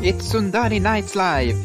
It's Sundari Nights Live!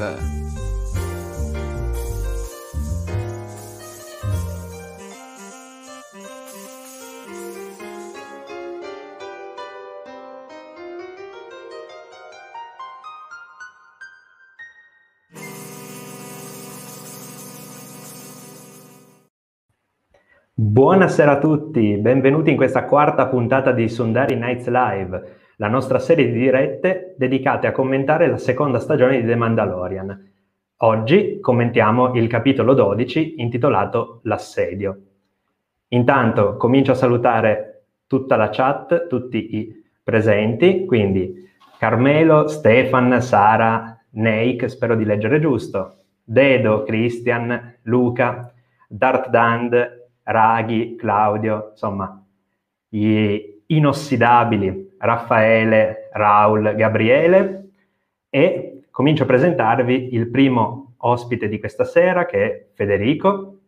Buonasera a tutti, benvenuti in questa quarta puntata di Sundari Nights Live, la nostra serie di dirette dedicate a commentare la seconda stagione di The Mandalorian. Oggi commentiamo il capitolo 12 intitolato L'assedio. Intanto comincio a salutare tutta la chat, tutti i presenti, quindi Carmelo, Stefan, Sara, Neik, spero di leggere giusto, Dedo, Christian, Luca, Darth Dand, Raghi, Claudio, insomma, gli inossidabili Raffaele, Raul, Gabriele, e comincio a presentarvi il primo ospite di questa sera, che è Federico.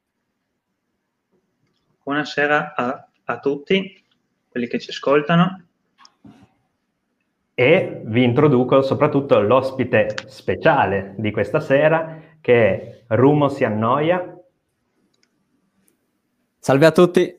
Buonasera a tutti, quelli che ci ascoltano. E vi introduco soprattutto l'ospite speciale di questa sera, che è Rumo si annoia. Salve a tutti.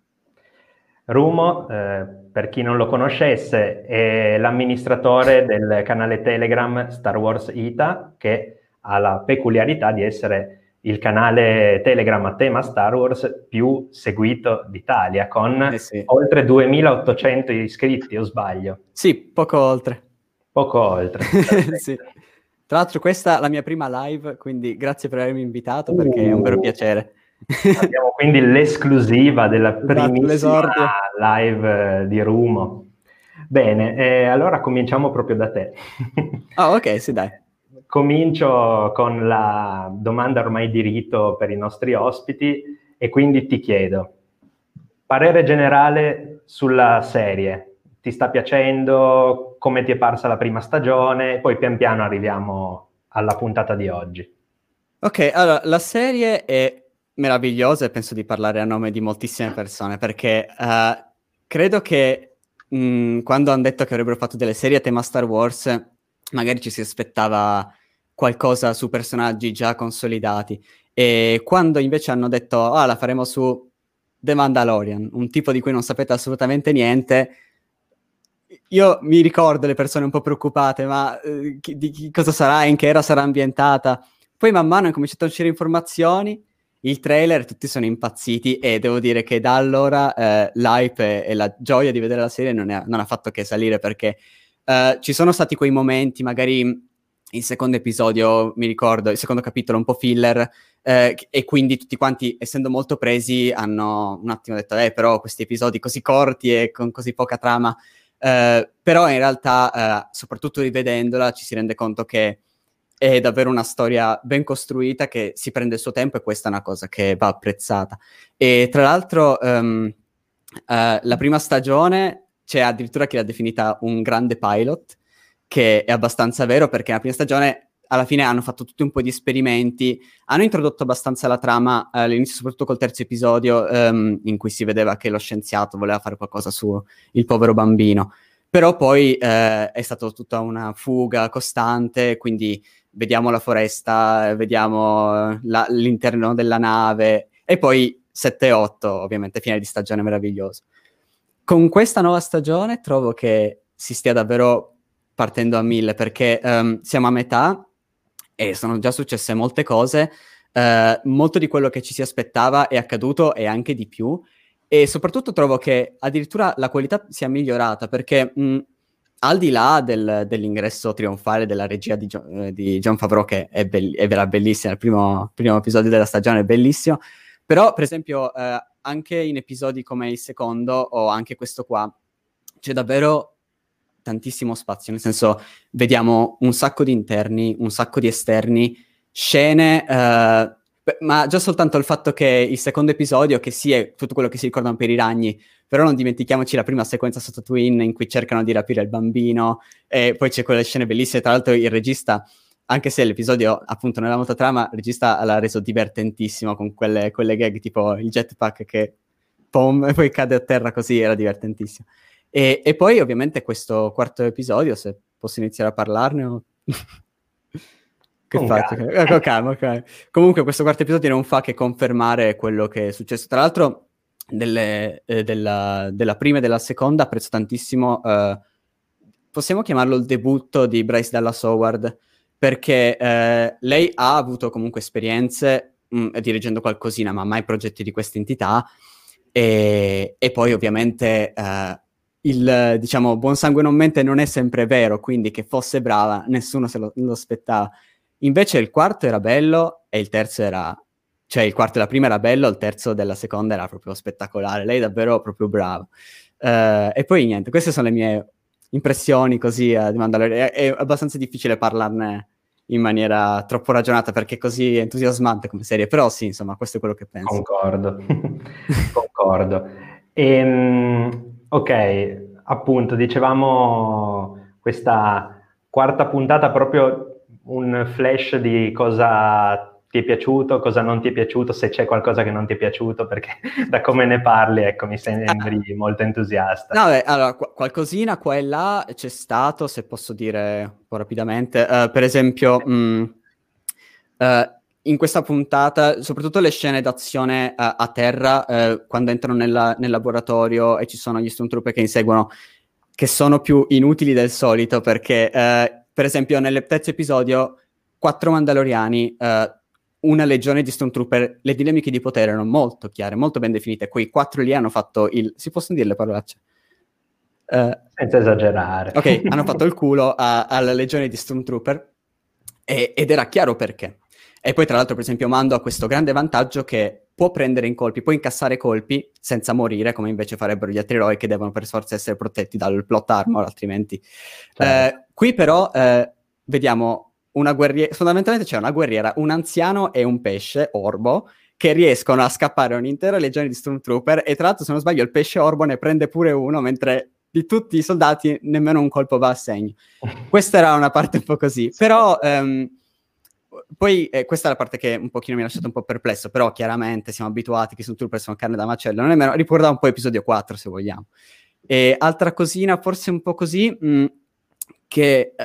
Rumo, per chi non lo conoscesse, è l'amministratore del canale Telegram Star Wars Ita, che ha la peculiarità di essere il canale Telegram a tema Star Wars più seguito d'Italia, con oltre 2800 iscritti, o sbaglio? Sì, poco oltre. Poco oltre. Sì. Tra l'altro questa è la mia prima live, quindi grazie per avermi invitato, perché è un vero piacere. Abbiamo quindi l'esclusiva della primissima live di Rumo. Bene, allora cominciamo proprio da te. Ok, sì, dai. Comincio con la domanda ormai di rito per i nostri ospiti, e quindi ti chiedo, parere generale sulla serie. Ti sta piacendo? Come ti è parsa la prima stagione? Poi pian piano arriviamo alla puntata di oggi. Ok, allora, la serie è meravigliosa e penso di parlare a nome di moltissime persone, perché credo che quando hanno detto che avrebbero fatto delle serie a tema Star Wars, magari ci si aspettava qualcosa su personaggi già consolidati, e quando invece hanno detto la faremo su The Mandalorian, un tipo di cui non sapete assolutamente niente, io mi ricordo le persone un po' preoccupate, ma di cosa sarà, in che era sarà ambientata. Poi man mano hanno cominciato a uscire informazioni, il trailer, tutti sono impazziti, e devo dire che da allora l'hype e la gioia di vedere la serie non ha fatto che salire, perché ci sono stati quei momenti, magari il secondo episodio, mi ricordo, il secondo capitolo un po' filler, e quindi tutti quanti, essendo molto presi, hanno un attimo detto però questi episodi così corti e con così poca trama, però in realtà, soprattutto rivedendola, ci si rende conto che è davvero una storia ben costruita, che si prende il suo tempo, e questa è una cosa che va apprezzata. E tra l'altro la prima stagione c'è addirittura chi l'ha definita un grande pilot, che è abbastanza vero, perché la prima stagione alla fine hanno fatto tutti un po' di esperimenti, hanno introdotto abbastanza la trama all'inizio, soprattutto col terzo episodio, in cui si vedeva che lo scienziato voleva fare qualcosa su il povero bambino, però poi è stata tutta una fuga costante, quindi vediamo la foresta, vediamo l'interno della nave, e poi 7-8, ovviamente, fine di stagione meraviglioso. Con questa nuova stagione trovo che si stia davvero partendo a 1000, perché siamo a metà e sono già successe molte cose, molto di quello che ci si aspettava è accaduto e anche di più, e soprattutto trovo che addirittura la qualità sia migliorata, perché al di là dell'ingresso trionfale della regia di Jon Favreau, che è vera bellissima, il primo episodio della stagione è bellissimo, però per esempio anche in episodi come il secondo o anche questo qua c'è davvero tantissimo spazio, nel senso vediamo un sacco di interni, un sacco di esterni, scene, ma già soltanto il fatto che il secondo episodio, che sì è tutto quello che si ricordano per i ragni, però non dimentichiamoci la prima sequenza su Tatooine in cui cercano di rapire il bambino, e poi c'è quelle scene bellissime. Tra l'altro il regista, anche se l'episodio appunto non aveva molta trama, il regista l'ha reso divertentissimo con quelle gag tipo il jetpack che pom, e poi cade a terra così, era divertentissimo. E poi ovviamente questo quarto episodio, se Posso iniziare a parlarne? O... Che Con faccio? calma. Con calma, ok. Comunque questo quarto episodio non fa che confermare quello che è successo. Tra l'altro della prima e della seconda apprezzo tantissimo, possiamo chiamarlo il debutto di Bryce Dallas Howard, perché lei ha avuto comunque esperienze dirigendo qualcosina, ma mai progetti di questa entità, e poi ovviamente il, diciamo, buon sangue non mente non è sempre vero, quindi che fosse brava nessuno lo aspettava. Invece il quarto era bello e il terzo era... Cioè il quarto della prima era bello, il terzo della seconda era proprio spettacolare. Lei è davvero proprio brava. E poi niente, queste sono le mie impressioni così di Mandalorian. È abbastanza difficile parlarne in maniera troppo ragionata perché è così entusiasmante come serie. Però sì, insomma, questo è quello che penso. Concordo, concordo. Ok, appunto, dicevamo questa quarta puntata proprio un flash di cosa ti è piaciuto, cosa non ti è piaciuto, se c'è qualcosa che non ti è piaciuto, perché da come ne parli, ecco, mi sembri molto entusiasta. No, beh, allora, qualcosina qua e là c'è stato, se posso dire un po' rapidamente. Per esempio, in questa puntata, soprattutto le scene d'azione a terra, quando entrano nel laboratorio e ci sono gli Stormtrooper che inseguono, che sono più inutili del solito, perché, per esempio, nel terzo episodio, 4 Mandaloriani, una legione di Stormtrooper, le dinamiche di potere erano molto chiare, molto ben definite. Quei 4 lì hanno fatto il... Si possono dire le parolacce? Senza esagerare. Ok, hanno fatto il culo alla legione di Stormtrooper ed era chiaro perché. E poi tra l'altro per esempio Mando ha questo grande vantaggio che può prendere in colpi, può incassare colpi senza morire, come invece farebbero gli altri eroi che devono per forza essere protetti dal plot armor, altrimenti. Certo. Qui però vediamo una guerriera, fondamentalmente c'è una guerriera, un anziano e un pesce, Orbo, che riescono a scappare un'intera legione di Stormtrooper e tra l'altro se non sbaglio il pesce Orbo ne prende pure uno, mentre di tutti i soldati nemmeno un colpo va a segno. Questa era una parte un po' così, però poi questa è la parte che un pochino mi ha lasciato un po' perplesso, però chiaramente siamo abituati che i Stormtrooper sono carne da macello, non è meno, ricorda un po' episodio 4 se vogliamo. E altra cosina, forse un po' così, che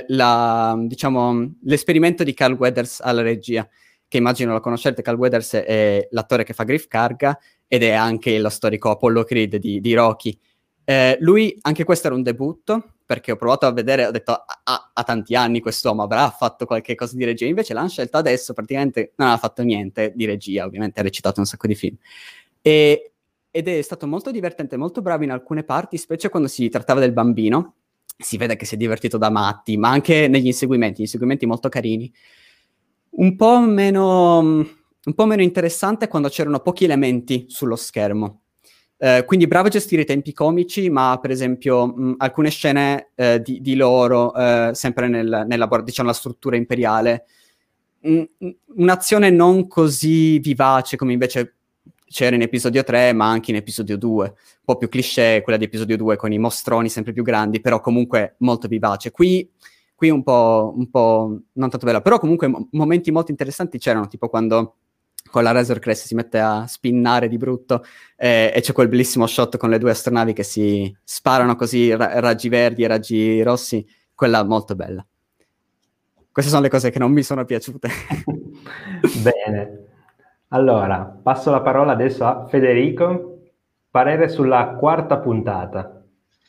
diciamo, l'esperimento di Carl Weathers alla regia, che immagino la conoscete. Carl Weathers è l'attore che fa Griff Karga ed è anche lo storico Apollo Creed di Rocky. Lui, anche questo era un debutto, perché ho provato a vedere, ho detto, ha tanti anni quest'uomo, avrà fatto qualche cosa di regia, invece l'hanno scelto adesso, praticamente non ha fatto niente di regia, ovviamente ha recitato un sacco di film. Ed è stato molto divertente, molto bravo in alcune parti, specie quando si trattava del bambino, si vede che si è divertito da matti, ma anche negli inseguimenti molto carini. Un po' meno interessante quando c'erano pochi elementi sullo schermo. Quindi bravo a gestire i tempi comici, ma per esempio alcune scene di loro, sempre diciamo, la struttura imperiale, un'azione non così vivace come invece c'era in episodio 3, ma anche in episodio 2. Un po' più cliché quella di episodio 2 con i mostroni sempre più grandi, però comunque molto vivace. Qui un po' non tanto bella, però comunque momenti molto interessanti c'erano, tipo quando con la Razor Crest si mette a spinnare di brutto e c'è quel bellissimo shot con le 2 astronavi che si sparano così, raggi verdi e raggi rossi, quella molto bella. Queste sono le cose che non mi sono piaciute. Bene, allora passo la parola adesso a Federico, parere sulla quarta puntata.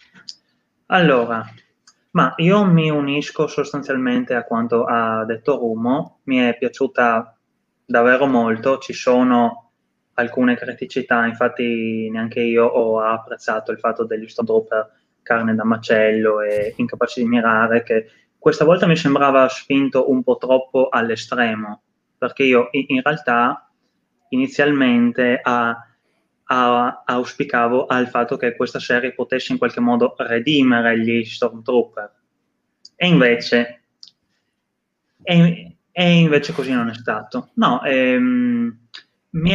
Allora, ma io mi unisco sostanzialmente a quanto ha detto Rumo, mi è piaciuta davvero molto, ci sono alcune criticità, infatti neanche io ho apprezzato il fatto degli Stormtrooper carne da macello e incapaci di mirare, che questa volta mi sembrava spinto un po' troppo all'estremo, perché io in realtà inizialmente auspicavo al fatto che questa serie potesse in qualche modo redimere gli Stormtrooper. E invece così non è stato. No, mi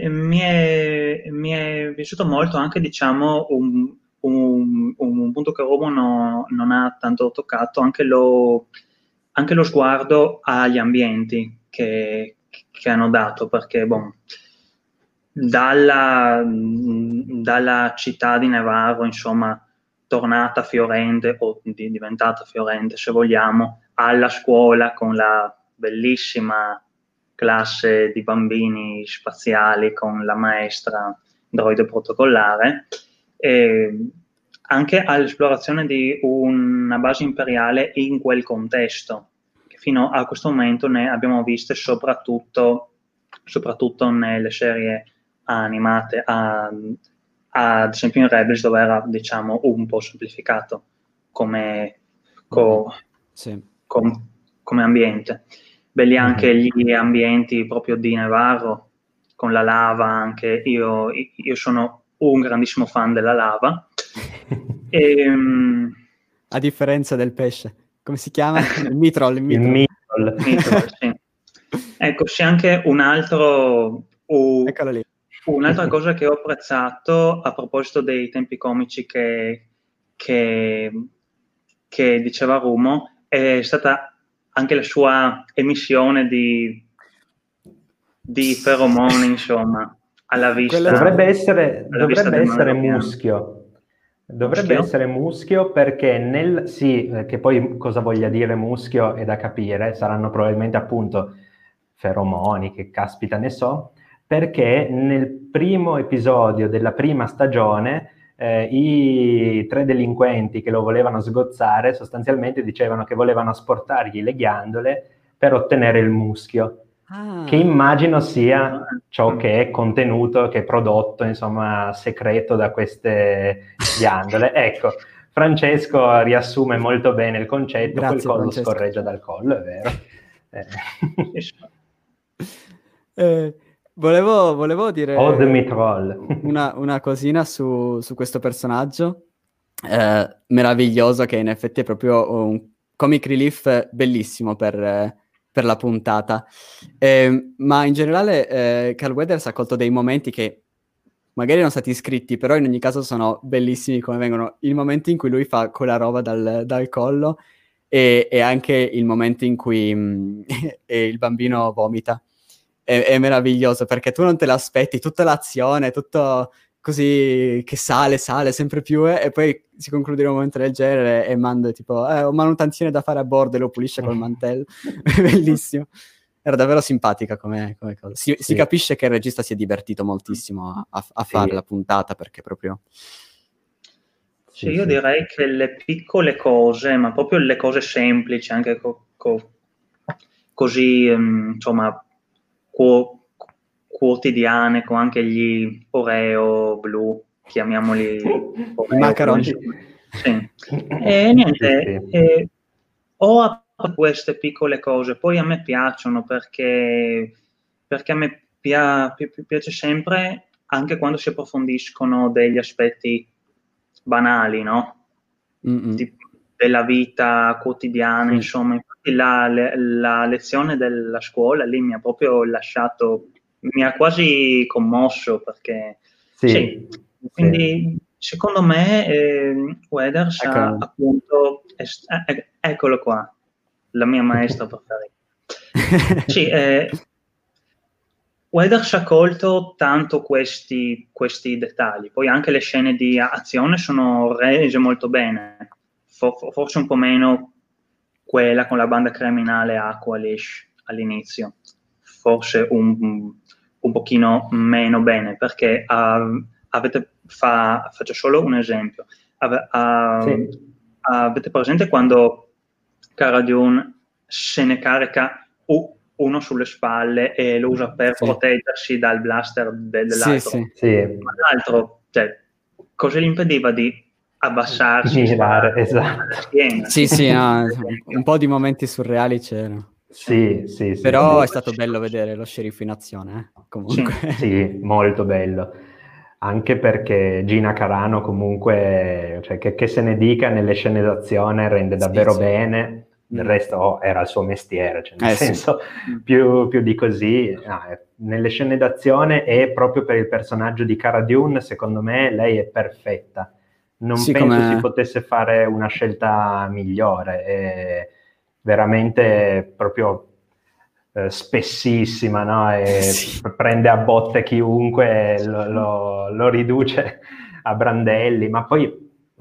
è piaciuto molto anche, diciamo, un punto che Romo non ha tanto toccato, anche lo sguardo agli ambienti che hanno dato, perché, dalla città di Nevarro, insomma, tornata fiorente, o diventata fiorente se vogliamo, alla scuola con la bellissima classe di bambini spaziali con la maestra droide protocollare, e anche all'esplorazione di una base imperiale in quel contesto, che fino a questo momento ne abbiamo viste soprattutto nelle serie animate, ad esempio in Rebels, dove era, diciamo, un po' semplificato come ambiente. Belli anche gli ambienti proprio di Nevarro, con la lava. Anche io sono un grandissimo fan della lava. A differenza del pesce, come si chiama? Il mitrol. Il mitrol, sì. Ecco, c'è anche Eccolo lì. un'altra cosa che ho apprezzato a proposito dei tempi comici che diceva Rumo, è stata anche la sua emissione di feromoni, insomma, alla vista. Dovrebbe essere muschio. Dovrebbe essere muschio, perché che poi cosa voglia dire muschio è da capire, saranno probabilmente appunto feromoni, che caspita ne so, perché nel primo episodio della prima stagione i 3 delinquenti che lo volevano sgozzare sostanzialmente dicevano che volevano asportargli le ghiandole per ottenere il muschio, che immagino sia ciò che è contenuto, che è prodotto, insomma, segreto da queste ghiandole. Ecco, Francesco riassume molto bene il concetto. Grazie, quel collo Francesco. scorreggia dal collo, è vero. Volevo dire una cosina su questo personaggio meraviglioso, che in effetti è proprio un comic relief bellissimo per la puntata, ma in generale Carl Weathers ha colto dei momenti che magari non sono stati scritti, però in ogni caso sono bellissimi come vengono. Il momento in cui lui fa quella roba dal collo, e anche il momento in cui il bambino vomita. È meraviglioso, perché tu non te l'aspetti, tutta l'azione, tutto così che sale sempre più, e poi si conclude in un momento del genere e manda tipo ho manutenzione da fare a bordo, e lo pulisce col mantello. Bellissimo, era davvero simpatica come cosa. Si capisce che il regista si è divertito moltissimo a fare la puntata, perché proprio io direi che le piccole cose, ma proprio le cose semplici, anche così insomma quotidiane, con anche gli Oreo blu, chiamiamoli i macaroni. Sì. E niente, ho queste piccole cose, poi a me piacciono, perché a me piace sempre, anche quando si approfondiscono degli aspetti banali, no? Della vita quotidiana, insomma. Infatti la lezione della scuola lì mi ha proprio lasciato, mi ha quasi commosso, perché quindi secondo me Weathers ha appunto, eccolo qua, la mia maestra preferita. Weathers ha colto tanto questi dettagli, poi anche le scene di azione sono rese molto bene, forse un po' meno quella con la banda criminale Aqualish all'inizio, forse un pochino meno bene, perché faccio solo un esempio, avete presente quando Cara Dune se ne carica uno sulle spalle e lo usa per proteggersi dal blaster dell'altro? Ma l'altro, cosa gli impediva di abbassarsi, mirare, esatto. Un po' di momenti surreali c'erano. Però è stato bello vedere lo sceriffo in azione, comunque. Sì, molto bello. Anche perché Gina Carano comunque, cioè, che se ne dica, nelle scene d'azione rende davvero bene. Del resto era il suo mestiere, cioè, nel senso, più di così. Nelle scene d'azione, e proprio per il personaggio di Cara Dune, secondo me lei è perfetta. Non penso si potesse fare una scelta migliore. È veramente proprio spessissima, no? Prende a botte chiunque, lo riduce a brandelli, ma poi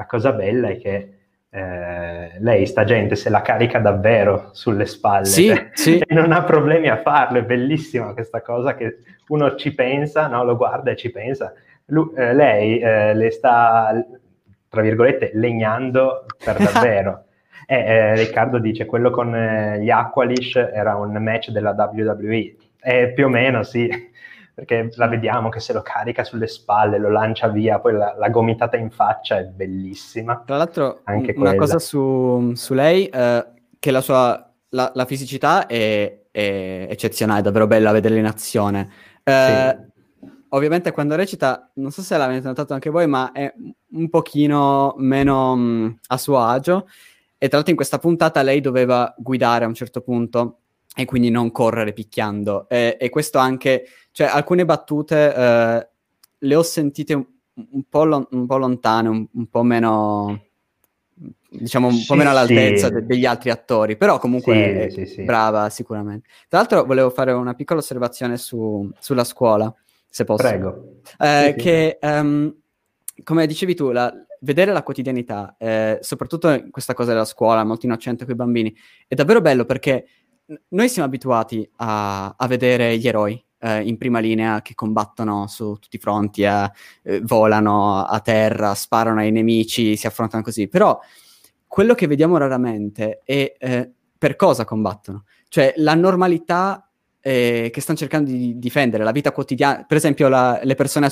la cosa bella è che lei, sta gente, se la carica davvero sulle spalle, Sì, sì. e non ha problemi a farlo. È bellissima questa cosa, che uno ci pensa, no? Lo guarda e ci pensa. Lei le sta, tra virgolette, legnando per davvero. Riccardo dice, quello con gli Aqualish era un match della WWE. Più o meno sì, perché la vediamo che se lo carica sulle spalle, lo lancia via, poi la gomitata in faccia è bellissima. Tra l'altro, anche una quella. cosa su lei, che la fisicità è eccezionale, è davvero bella vederla in azione. Sì. Ovviamente quando recita, non so se l'avete notato anche voi, ma è un pochino meno a suo agio, e tra l'altro in questa puntata lei doveva guidare a un certo punto e quindi non correre picchiando, e questo anche, cioè alcune battute le ho sentite un po' lontane, un po' meno, diciamo un po' meno all'altezza degli altri attori, però comunque sì. Brava sicuramente. Tra l'altro volevo fare una piccola osservazione sulla scuola, se posso. Prego. Che come dicevi tu, vedere la quotidianità, soprattutto in questa cosa della scuola, molto innocente con i bambini, è davvero bello, perché noi siamo abituati a vedere gli eroi in prima linea che combattono su tutti i fronti, volano a terra, sparano ai nemici, si affrontano così, però quello che vediamo raramente è per cosa combattono, cioè la normalità che stanno cercando di difendere, la vita quotidiana, per esempio le persone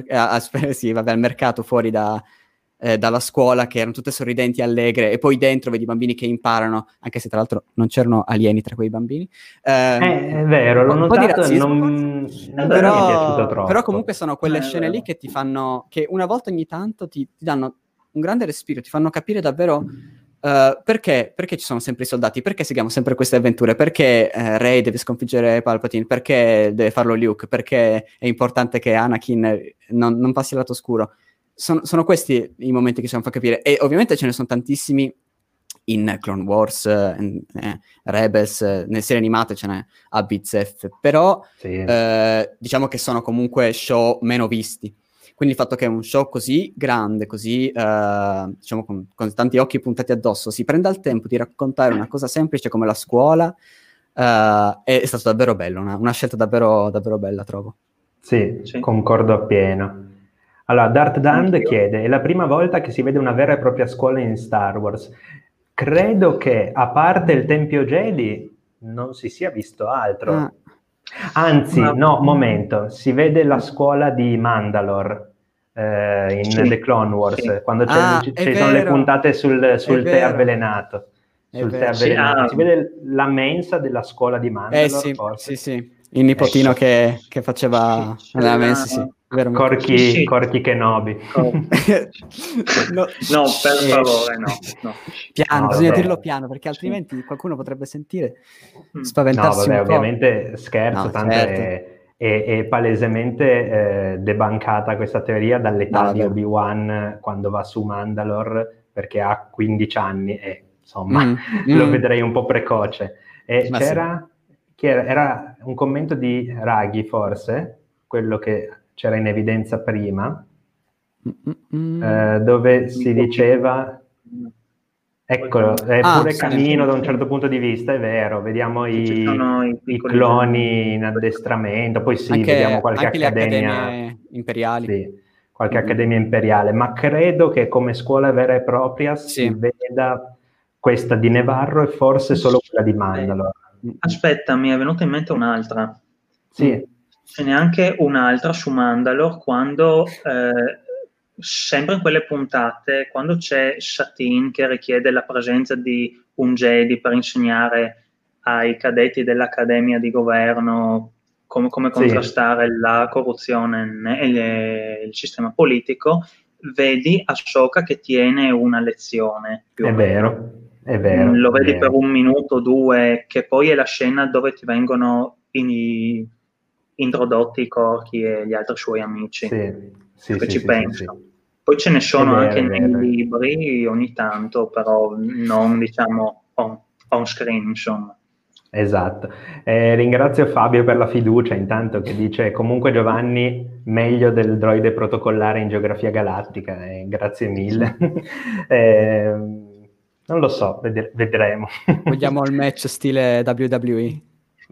al mercato fuori dalla scuola, che erano tutte sorridenti e allegre, e poi dentro vedi i bambini che imparano, anche se tra l'altro non c'erano alieni tra quei bambini. È vero, l'ho un po' di notato, razzismo, non mi è piaciuto troppo. però comunque sono quelle scene lì che ti fanno, che una volta ogni tanto ti danno un grande respiro, ti fanno capire davvero perché ci sono sempre i soldati, perché seguiamo sempre queste avventure, perché Rey deve sconfiggere Palpatine, perché deve farlo Luke, perché è importante che Anakin non passi al lato oscuro. Sono questi i momenti che ci fanno capire, e ovviamente ce ne sono tantissimi in Clone Wars, Rebels, nelle serie animate ce n'è a bizzeffe, però diciamo che sono comunque show meno visti. Quindi il fatto che un show così grande, così diciamo con tanti occhi puntati addosso, si prenda il tempo di raccontare una cosa semplice come la scuola, è stato davvero bello, una scelta davvero, davvero bella, trovo. Sì, concordo appieno. Allora, Darth Dand chiede, è la prima volta che si vede una vera e propria scuola in Star Wars. Credo che, a parte il Tempio Jedi, non si sia visto altro. Anzi, momento, si vede la scuola di Mandalore in The Clone Wars, quando ci sono le puntate sul tè avvelenato. Si vede la mensa della scuola di Mandalore, forse. Sì. Il nipotino che faceva la mensa, sì. Corky Kenobi. No, per favore, no. Piano, bisogna dirlo piano, perché altrimenti qualcuno potrebbe sentire, spaventarsi un po'. Ovviamente scherzo, tanto è palesemente debancata questa teoria dall'età di Obi-Wan, quando va su Mandalore, perché ha 15 anni e insomma lo vedrei un po' precoce. Era un commento di Raghi, forse, quello che c'era in evidenza prima, dove si diceva, eccolo, è pure Camino da un certo punto di vista, è vero, vediamo i cloni in addestramento, poi vediamo qualche accademia imperiale. Sì, qualche accademia imperiale, ma credo che come scuola vera e propria si veda questa di Nevarro e forse solo quella di Mandalore. Aspetta, mi è venuta in mente un'altra. Sì. Ce n'è anche un'altra su Mandalore, quando sempre in quelle puntate, quando c'è Satine che richiede la presenza di un Jedi per insegnare ai cadetti dell'Accademia di Governo come contrastare la corruzione e il sistema politico, vedi Ahsoka che tiene una lezione. È vero. Lo vedi per 1 minuto o 2, che poi è la scena dove ti vengono introdotti i Corky e gli altri suoi amici. Ci penso. Poi ce ne sono anche nei libri ogni tanto, però non diciamo on screen, insomma. Esatto. Ringrazio Fabio per la fiducia intanto che dice comunque Giovanni meglio del droide protocollare in geografia galattica, grazie mille. Non lo so, vedremo. Vogliamo il match stile WWE?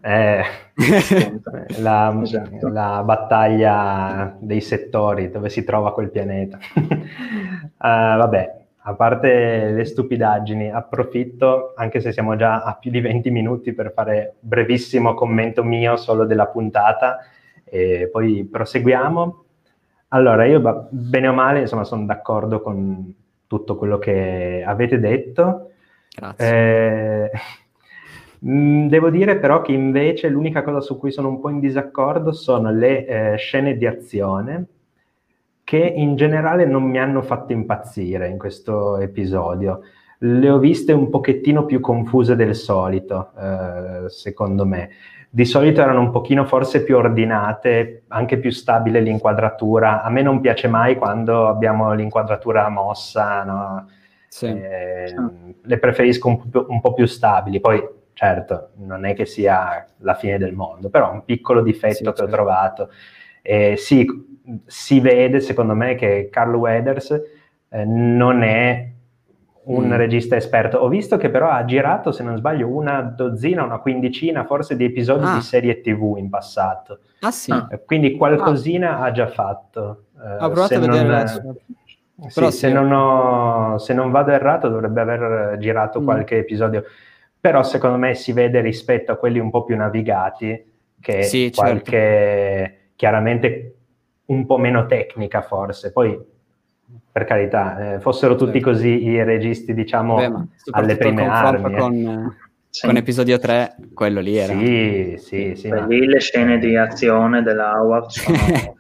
Esatto. La battaglia dei settori dove si trova quel pianeta. Vabbè, a parte le stupidaggini, approfitto, anche se siamo già a più di 20 minuti, per fare brevissimo commento mio solo della puntata e poi proseguiamo. Allora, io bene o male, insomma, sono d'accordo con tutto quello che avete detto. Grazie. Devo dire però che invece l'unica cosa su cui sono un po' in disaccordo sono le scene di azione, che in generale non mi hanno fatto impazzire in questo episodio. Le ho viste un pochettino più confuse del solito, secondo me. Di solito erano un pochino forse più ordinate, anche più stabile l'inquadratura. A me non piace mai quando abbiamo l'inquadratura mossa, no? Sì. Le preferisco un po' più stabili. Poi, certo, non è che sia la fine del mondo, però un piccolo difetto che ho trovato. Sì, si vede, secondo me, che Carl Weathers non è un regista esperto. Ho visto che però ha girato, se non sbaglio, una dozzina, una quindicina forse di episodi di serie TV in passato. Sì? Quindi qualcosina ha già fatto. Ho provato a vedere sì, se non vado errato dovrebbe aver girato qualche episodio, però secondo me si vede rispetto a quelli un po' più navigati che qualche chiaramente un po' meno tecnica forse. Poi per carità, fossero tutti così i registi, diciamo, alle prime armi. Con episodio 3, quello lì era. Sì. Lì le scene di azione della Howard sono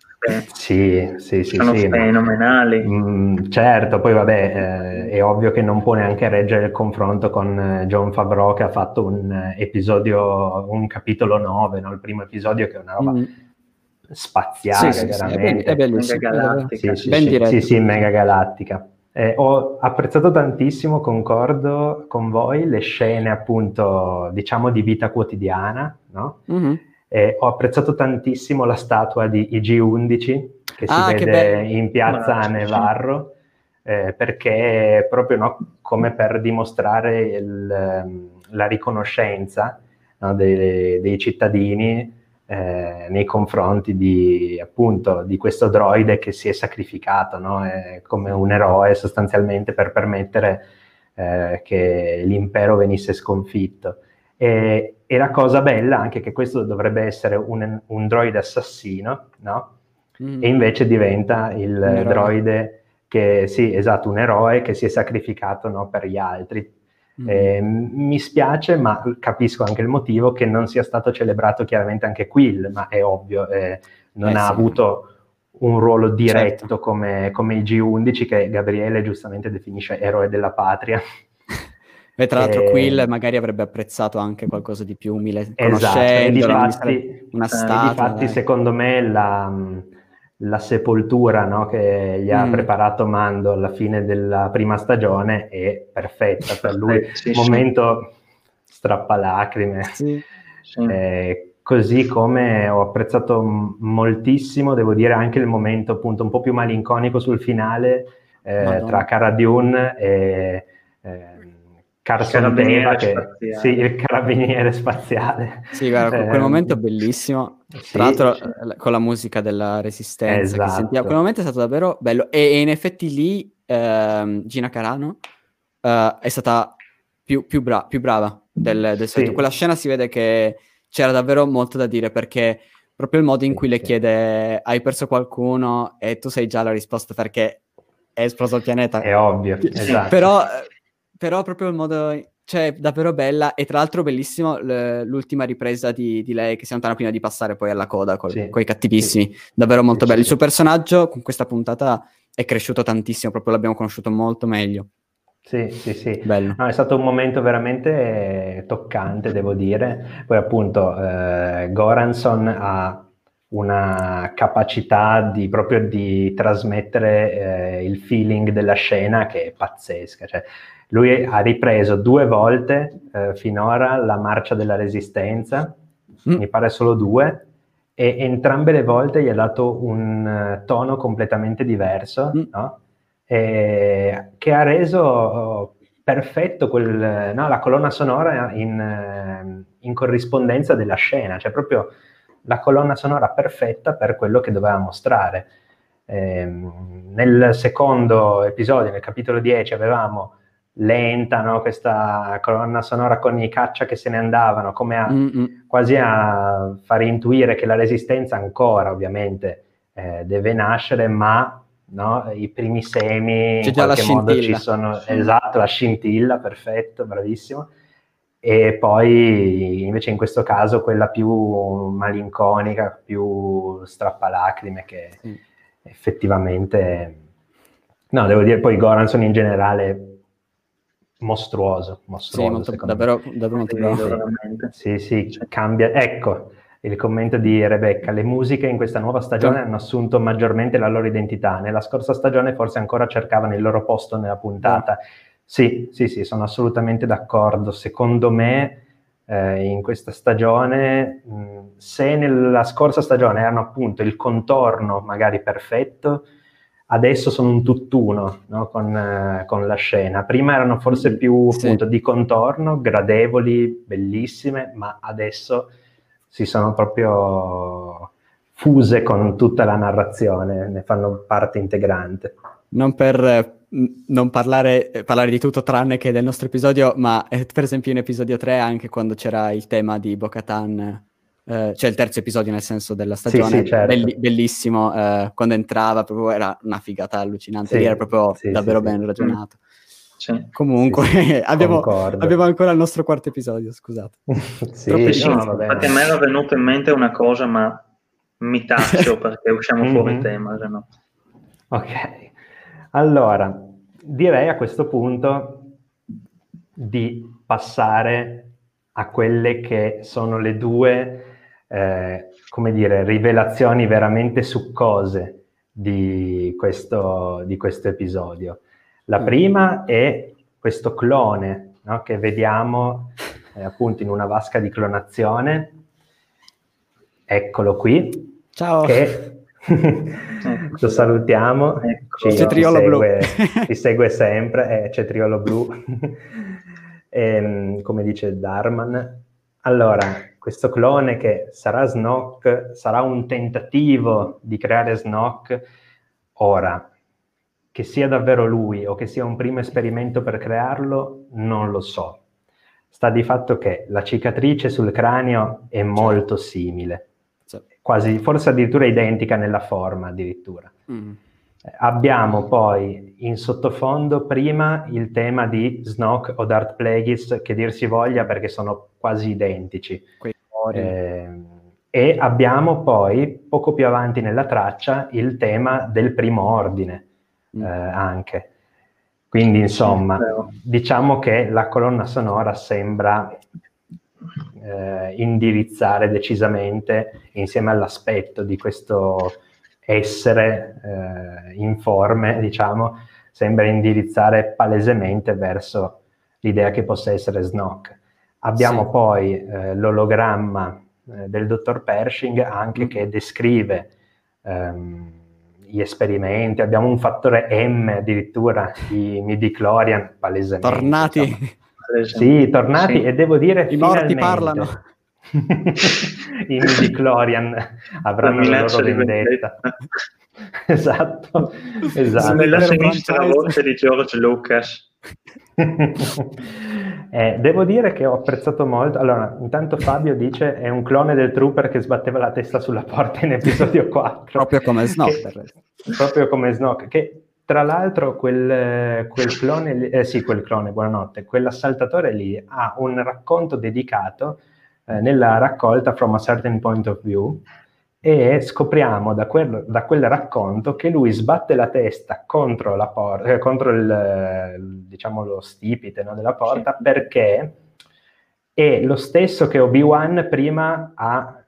sono fenomenali. Certo, poi vabbè, è ovvio che non può neanche reggere il confronto con Jon Favreau, che ha fatto un capitolo 9, no? Il primo episodio, che è una roba spaziale, veramente. È bellissimo. Mega galattica. Ho apprezzato tantissimo, concordo con voi, le scene appunto, diciamo, di vita quotidiana, no? Ho apprezzato tantissimo la statua di IG-11 che si vede in piazza Nevarro, perché proprio, no, come per dimostrare la riconoscenza, no, dei cittadini nei confronti di questo droide che si è sacrificato, no? Come un eroe sostanzialmente, per permettere che l'impero venisse sconfitto. E la cosa bella anche che questo dovrebbe essere un droide assassino, no? E invece diventa il droide che, sì, esatto, un eroe che si è sacrificato, no, per gli altri. Mi spiace, ma capisco anche il motivo che non sia stato celebrato chiaramente anche Quill, ma è ovvio, non ha avuto un ruolo diretto come il G11, che Gabriele giustamente definisce eroe della patria. E tra l'altro Quill magari avrebbe apprezzato anche qualcosa di più umile, conoscendolo, una statua. Difatti, secondo me la sepoltura, no, che gli ha preparato Mando alla fine della prima stagione è perfetta per lui. Momento strappalacrime. Così come ho apprezzato moltissimo, devo dire, anche il momento appunto un po' più malinconico sul finale tra Cara Dune e Carson Teva, il carabiniere spaziale. Sì, guarda, quel momento è bellissimo. Tra l'altro con la musica della Resistenza, che sentiva, quel momento è stato davvero bello. E in effetti lì Gina Carano è stata più brava del solito. Quella scena si vede che c'era davvero molto da dire, perché proprio il modo in cui le chiede hai perso qualcuno e tu sai già la risposta perché è esploso il pianeta. È ovvio, esatto. Però proprio il modo, cioè, davvero bella. E tra l'altro bellissimo l'ultima ripresa di lei che si allontana prima di passare poi alla coda coi cattivissimi. Davvero molto bello. Il suo personaggio con questa puntata è cresciuto tantissimo, proprio l'abbiamo conosciuto molto meglio. Sì. Bello. No, è stato un momento veramente toccante, devo dire. Poi appunto Goranson ha una capacità proprio di trasmettere il feeling della scena che è pazzesca. Cioè, lui ha ripreso 2 volte finora la Marcia della Resistenza, mi pare solo 2, e entrambe le volte gli ha dato un tono completamente diverso, no? Che ha reso perfetto la colonna sonora in corrispondenza della scena, cioè proprio la colonna sonora perfetta per quello che doveva mostrare. Nel secondo episodio, nel capitolo 10, avevamo lenta, no? Questa colonna sonora con i caccia che se ne andavano, quasi a far intuire che la Resistenza ancora ovviamente deve nascere, ma no? I primi semi in qualche modo ci sono. Esatto, la scintilla, perfetto, bravissimo. E poi invece in questo caso quella più malinconica, più strappalacrime, che effettivamente, no, devo dire, poi Goranson in generale mostruoso, davvero molto bravo. Sì, cambia. Ecco il commento di Rebecca: le musiche in questa nuova stagione hanno assunto maggiormente la loro identità, nella scorsa stagione forse ancora cercavano il loro posto nella puntata. Sì, sono assolutamente d'accordo. Secondo me in questa stagione, se nella scorsa stagione erano appunto il contorno magari perfetto, adesso sono un tutt'uno, no? con la scena. Prima erano forse più appunto di contorno, gradevoli, bellissime, ma adesso si sono proprio fuse con tutta la narrazione, ne fanno parte integrante. Non per non parlare di tutto tranne che del nostro episodio, ma per esempio in episodio 3, anche quando c'era il tema di Bo-Katan, cioè il terzo episodio nel senso della stagione, certo. bellissimo, quando entrava proprio era una figata allucinante, lì era proprio davvero ben ragionato. Comunque abbiamo ancora il nostro quarto episodio, scusate. Infatti a me era venuto in mente una cosa, ma mi taccio perché usciamo fuori tema, se no. Ok, allora direi a questo punto di passare a quelle che sono le 2 come dire, rivelazioni veramente succose di questo episodio. La prima è questo clone, no? Che vediamo appunto in una vasca di clonazione. Eccolo qui. Ciao. Che lo salutiamo. Cetriolo blu. Ci segue sempre, Cetriolo blu. Come dice Darman. Allora, questo clone che sarà Snoke, sarà un tentativo di creare Snoke. Ora, che sia davvero lui o che sia un primo esperimento per crearlo, non lo so. Sta di fatto che la cicatrice sul cranio è molto simile, quasi, forse addirittura identica nella forma addirittura. Abbiamo poi in sottofondo prima il tema di Snoke o Darth Plagueis, che dir si voglia perché sono quasi identici. E abbiamo poi poco più avanti nella traccia il tema del Primo Ordine anche. Quindi insomma diciamo che la colonna sonora sembra indirizzare decisamente, insieme all'aspetto di questo essere informe, diciamo, sembra indirizzare palesemente verso l'idea che possa essere Snoke. Abbiamo poi l'ologramma del dottor Pershing anche che descrive gli esperimenti. Abbiamo un fattore M addirittura, i midi-chlorian palesemente. Tornati. Sì, tornati, e devo dire i morti parlano. I midi-chlorian avranno la loro vendetta. Esatto. Nella sinistra voce di George Lucas. Devo dire che ho apprezzato molto. Allora, intanto Fabio dice è un clone del Trooper che sbatteva la testa sulla porta in episodio 4. Proprio come Snoke. Proprio come Snoke, che tra l'altro quel clone, buonanotte, quell'assaltatore lì ha un racconto dedicato nella raccolta From a Certain Point of View, e scopriamo da quel racconto che lui sbatte la testa contro la porta, contro diciamo lo stipite, no, della porta, perché è lo stesso che Obi-Wan prima ha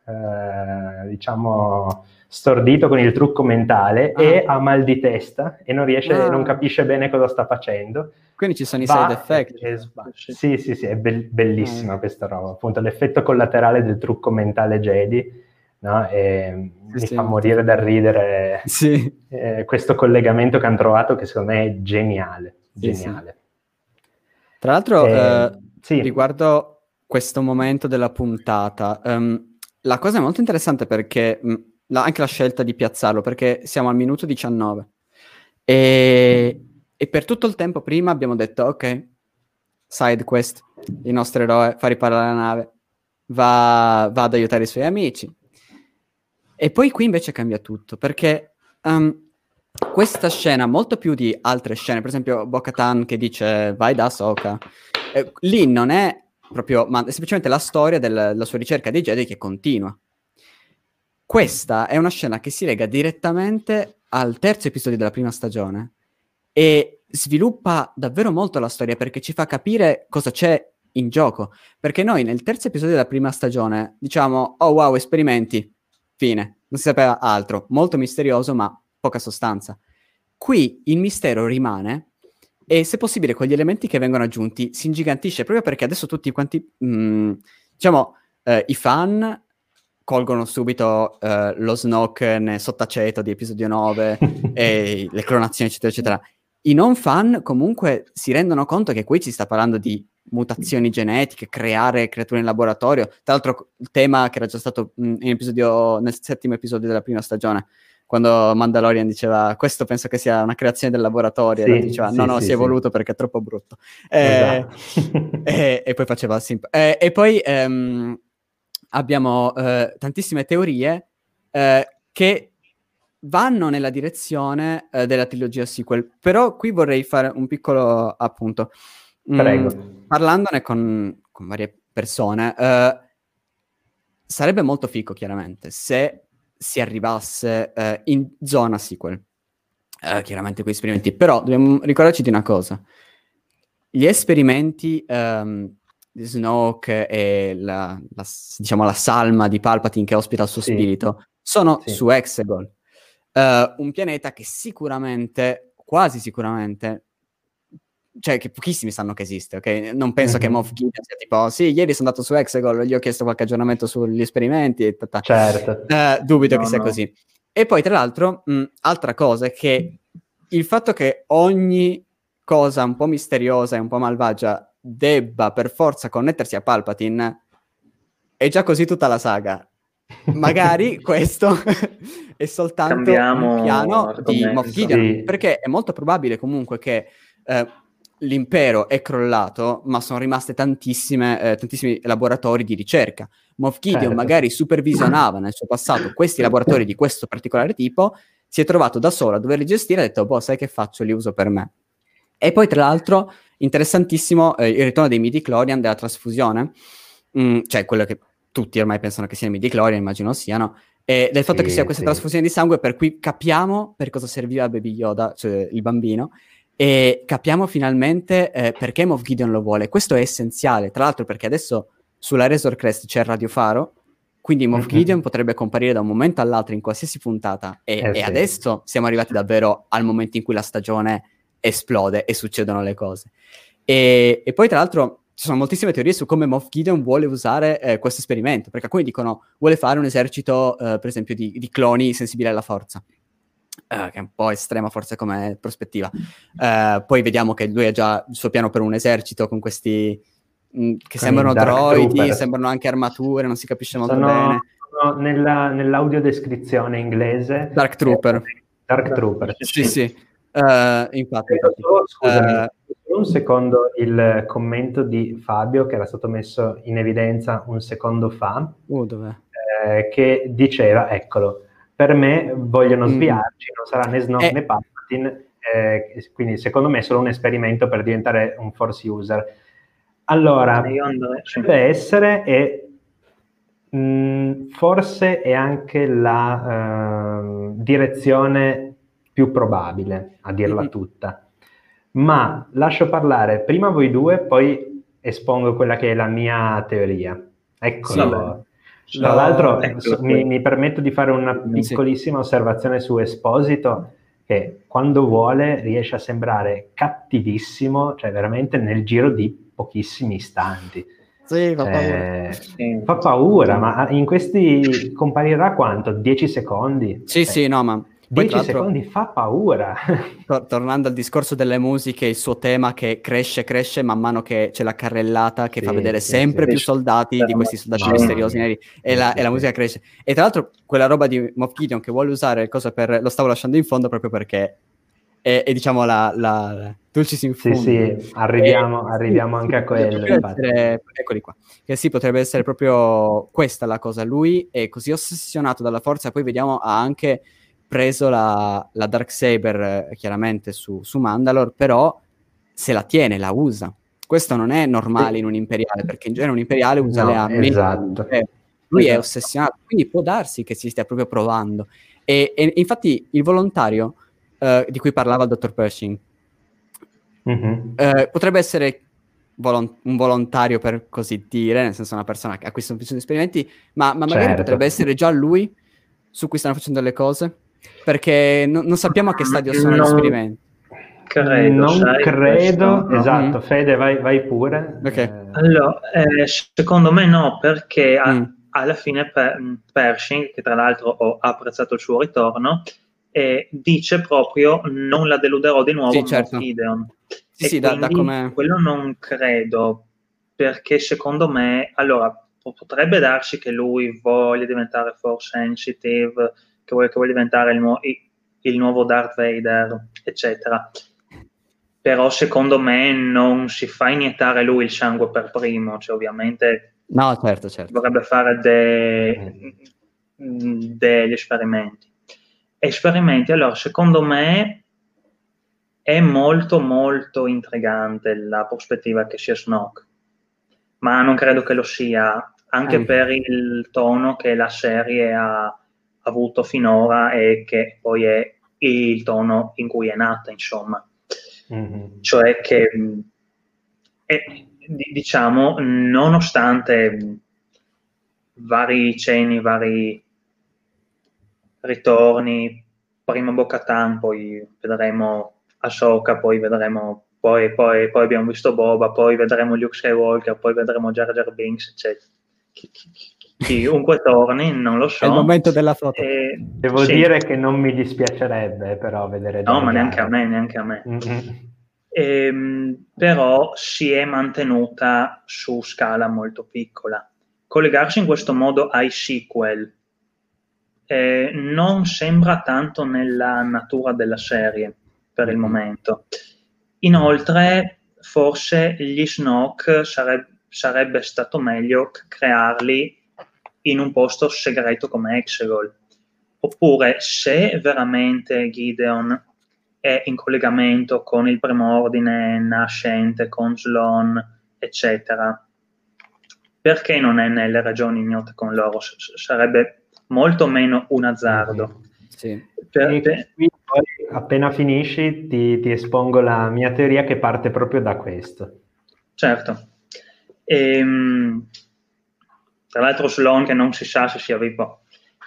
diciamo, stordito con il trucco mentale e ha mal di testa e non capisce bene cosa sta facendo. Quindi ci sono i side effect. Sì, è bellissima questa roba, appunto l'effetto collaterale del trucco mentale Jedi, no? E mi fa morire dal ridere questo collegamento che hanno trovato, che secondo me è geniale. Geniale. Tra l'altro, riguardo questo momento della puntata, la cosa è molto interessante perché anche la scelta di piazzarlo, perché siamo al minuto 19 e per tutto il tempo prima abbiamo detto ok, side quest, il nostro eroe fa riparare la nave, va ad aiutare i suoi amici, e poi qui invece cambia tutto, perché questa scena, molto più di altre scene, per esempio Bo-Katan che dice vai da Ahsoka, lì non è proprio, ma è semplicemente la storia della sua ricerca dei Jedi che continua. Questa è una scena che si lega direttamente al terzo episodio della prima stagione e sviluppa davvero molto la storia, perché ci fa capire cosa c'è in gioco, perché noi nel terzo episodio della prima stagione diciamo oh wow, esperimenti, fine, non si sapeva altro, molto misterioso ma poca sostanza. Qui il mistero rimane e, se possibile, con gli elementi che vengono aggiunti si ingigantisce, proprio perché adesso tutti quanti i fan colgono subito lo Snoke sottaceto di episodio 9 e le clonazioni eccetera eccetera. I non fan comunque si rendono conto che qui ci sta parlando di mutazioni genetiche, creare creature in laboratorio, tra l'altro il tema che era già stato nel settimo episodio della prima stagione, quando Mandalorian diceva questo penso che sia una creazione del laboratorio, e diceva no, si è evoluto perché è troppo brutto, esatto. e poi faceva e poi abbiamo tantissime teorie che vanno nella direzione della trilogia sequel, però qui vorrei fare un piccolo appunto. Prego. Parlandone con varie persone, sarebbe molto figo chiaramente se si arrivasse in zona sequel, chiaramente con gli esperimenti, però dobbiamo ricordarci di una cosa: gli esperimenti di Snoke e diciamo la salma di Palpatine che ospita il suo spirito sono su Exegol, un pianeta che sicuramente, quasi sicuramente, cioè che pochissimi sanno che esiste, ok? Non penso che Moff Gideon sia tipo sì, ieri sono andato su Exegol, gli ho chiesto qualche aggiornamento sugli esperimenti e certo. Dubito che sia così. E poi tra l'altro altra cosa è che il fatto che ogni cosa un po' misteriosa e un po' malvagia debba per forza connettersi a Palpatine è già così tutta la saga. Magari questo è soltanto un piano di Moff Gideon, perché è molto probabile comunque che l'impero è crollato, ma sono rimaste tantissimi laboratori di ricerca. Moff Gideon magari supervisionava nel suo passato questi laboratori di questo particolare tipo, si è trovato da solo a doverli gestire e ha detto boh, sai che faccio, li uso per me. E poi tra l'altro interessantissimo il ritorno dei midi-chlorian, della trasfusione, cioè quello che tutti ormai pensano che siano i midi-chlorian, immagino siano, e del fatto che sia questa trasfusione di sangue, per cui capiamo per cosa serviva Baby Yoda, cioè il bambino, e capiamo finalmente perché Moff Gideon lo vuole. Questo è essenziale, tra l'altro perché adesso sulla Razor Crest c'è il radiofaro, quindi Moff Gideon potrebbe comparire da un momento all'altro in qualsiasi puntata e adesso siamo arrivati davvero al momento in cui la stagione esplode e succedono le cose. E poi tra l'altro ci sono moltissime teorie su come Moff Gideon vuole usare questo esperimento, perché alcuni dicono vuole fare un esercito per esempio di cloni sensibili alla forza, che è un po' estrema forse come prospettiva. Poi vediamo che lui ha già il suo piano per un esercito con questi che sembrano droidi, sembrano anche armature, non si capisce molto bene. Nell'audiodescrizione inglese Dark Trooper. Sì. Infatti. Scusami, un secondo il commento di Fabio che era stato messo in evidenza un secondo fa, dov'è? Che diceva, eccolo, per me vogliono sviarci, non sarà né Snoke né Palpatine, quindi secondo me è solo un esperimento per diventare un Force user. Allora, deve essere, e forse è anche la direzione più probabile, a dirla tutta. Ma lascio parlare prima voi due, poi espongo quella che è la mia teoria. Eccolo. Tra l'altro qui. mi permetto di fare una piccolissima osservazione su Esposito, che quando vuole riesce a sembrare cattivissimo, cioè veramente nel giro di pochissimi istanti. Sì, fa paura. Fa paura, ma in questi comparirà quanto? 10 secondi? Sì, no, ma... Poi, 10 secondi fa paura. Tornando al discorso delle musiche, il suo tema che cresce man mano che c'è la carrellata che fa vedere sempre più soldati di questi soldati misteriosi neri e la musica cresce. E tra l'altro quella roba di Moff Gideon che vuole usare lo stavo lasciando in fondo proprio perché è diciamo la dulcis in fundo. Sì, arriviamo anche a quello. Eccoli qua. Che sì, potrebbe essere proprio questa la cosa. Lui è così ossessionato dalla forza, poi vediamo ha anche preso la Darksaber chiaramente su Mandalore, però se la tiene, la usa. Questo non è normale in un imperiale, perché in genere un imperiale usa le armi. Esatto. Lui è ossessionato, quindi può darsi che si stia proprio provando. E infatti il volontario di cui parlava il dottor Pershing potrebbe essere un volontario, per così dire, nel senso una persona che acquista un piccolo di esperimenti, ma magari potrebbe essere già lui su cui stanno facendo le cose, perché non sappiamo a che stadio sono gli esperimenti. Non credo, esatto. Fede, vai pure. Okay. Allora, secondo me no, perché alla fine Pershing, che tra l'altro ho apprezzato il suo ritorno, dice proprio non la deluderò di nuovo, certo. Gideon. Sì, da come... quello non credo, perché secondo me, allora, potrebbe darsi che lui voglia diventare force sensitive, che vuole diventare il nuovo Darth Vader, eccetera. Però secondo me non si fa iniettare lui il sangue per primo, cioè ovviamente no, certo. dovrebbe fare degli esperimenti. Allora, secondo me è molto molto intrigante la prospettiva che sia Snoke, ma non credo che lo sia, anche per il tono che la serie ha avuto finora e che poi è il tono in cui è nata, insomma. Cioè che diciamo, nonostante vari cenni, vari ritorni, prima Bo-Katan, poi vedremo Ahsoka, poi abbiamo visto Boba, poi vedremo Luke Skywalker, poi vedremo Jar Jar Binks, eccetera. Chiunque torni, non lo so. È il momento della foto. Devo dire che non mi dispiacerebbe però vedere Jar Jar. No, ma neanche a me. Però si è mantenuta su scala molto piccola. Collegarsi in questo modo ai sequel non sembra tanto nella natura della serie per il momento. Inoltre, forse gli Snoke sarebbe stato meglio crearli in un posto segreto come Exegol. Oppure, se veramente Gideon è in collegamento con il Primordine nascente, con Sloan, eccetera, perché non è nelle regioni ignote con loro? Sarebbe molto meno un azzardo. Sì. Qui poi, appena finisci, ti espongo la mia teoria che parte proprio da questo. Certo. Tra l'altro Sloan che non si sa se sia vivo.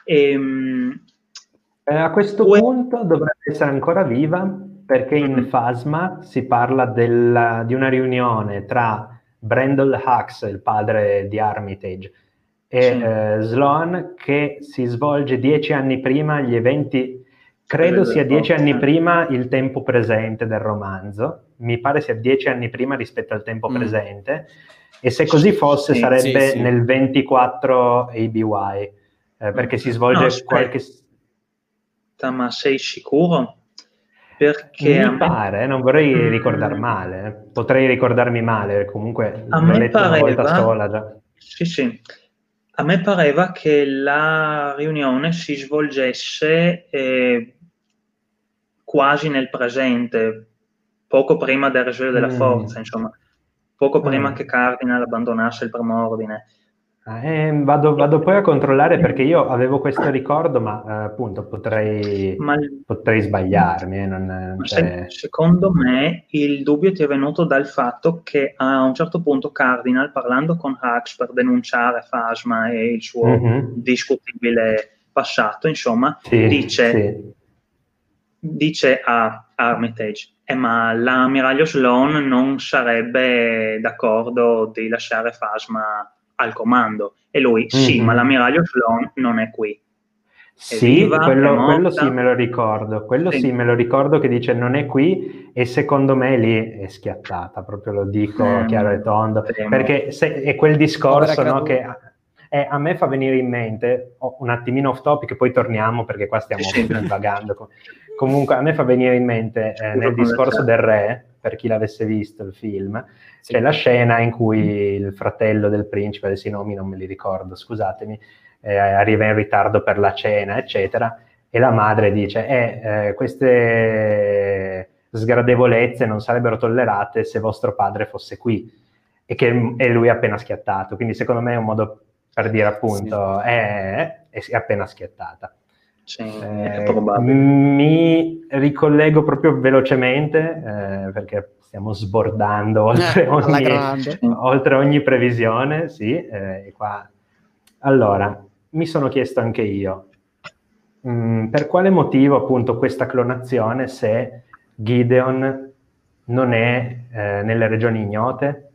A questo punto dovrebbe essere ancora viva, perché in Phasma si parla di una riunione tra Brandon Hux, il padre di Armitage, e Sloan, che si svolge 10 anni prima gli eventi, credo sia 10 anni prima il tempo presente del romanzo, mi pare sia 10 anni prima rispetto al tempo presente, e se così fosse sarebbe nel 24 ABY, perché si svolge qualche... Ma sei sicuro? Perché mi pare, non vorrei ricordare male, potrei ricordarmi male, comunque l'ho letto una volta sola già. Sì. A me pareva che la riunione si svolgesse quasi nel presente, poco prima del risveglio della forza, insomma, poco prima che Cardinal abbandonasse il Primordine. Vado poi a controllare perché io avevo questo ricordo, ma appunto potrei sbagliarmi. Secondo me il dubbio ti è venuto dal fatto che a un certo punto Cardinal, parlando con Hux per denunciare Phasma e il suo discutibile passato, insomma, dice a Armitage, ma l'ammiraglio Sloan non sarebbe d'accordo di lasciare Phasma al comando. E lui, sì, ma l'ammiraglio Sloan non è qui. Sì, quello sì me lo ricordo, sì me lo ricordo che dice non è qui e secondo me lì è schiattata, proprio lo dico chiaro e tondo, perché è quel discorso, no, che a me fa venire in mente, un attimino off topic, poi torniamo perché qua stiamo divagando. Comunque a me fa venire in mente nel discorso del re, per chi l'avesse visto il film, c'è la scena in cui il fratello del principe, adesso i nomi non me li ricordo, scusatemi, arriva in ritardo per la cena, eccetera, e la madre dice queste sgradevolezze non sarebbero tollerate se vostro padre fosse qui, e lui è appena schiattato, quindi secondo me è un modo per dire appunto è appena schiattata. Sì, è probabile. Mi ricollego proprio velocemente perché stiamo sbordando oltre ogni previsione, e qua. Allora, mi sono chiesto anche io per quale motivo appunto questa clonazione se Gideon non è nelle regioni ignote.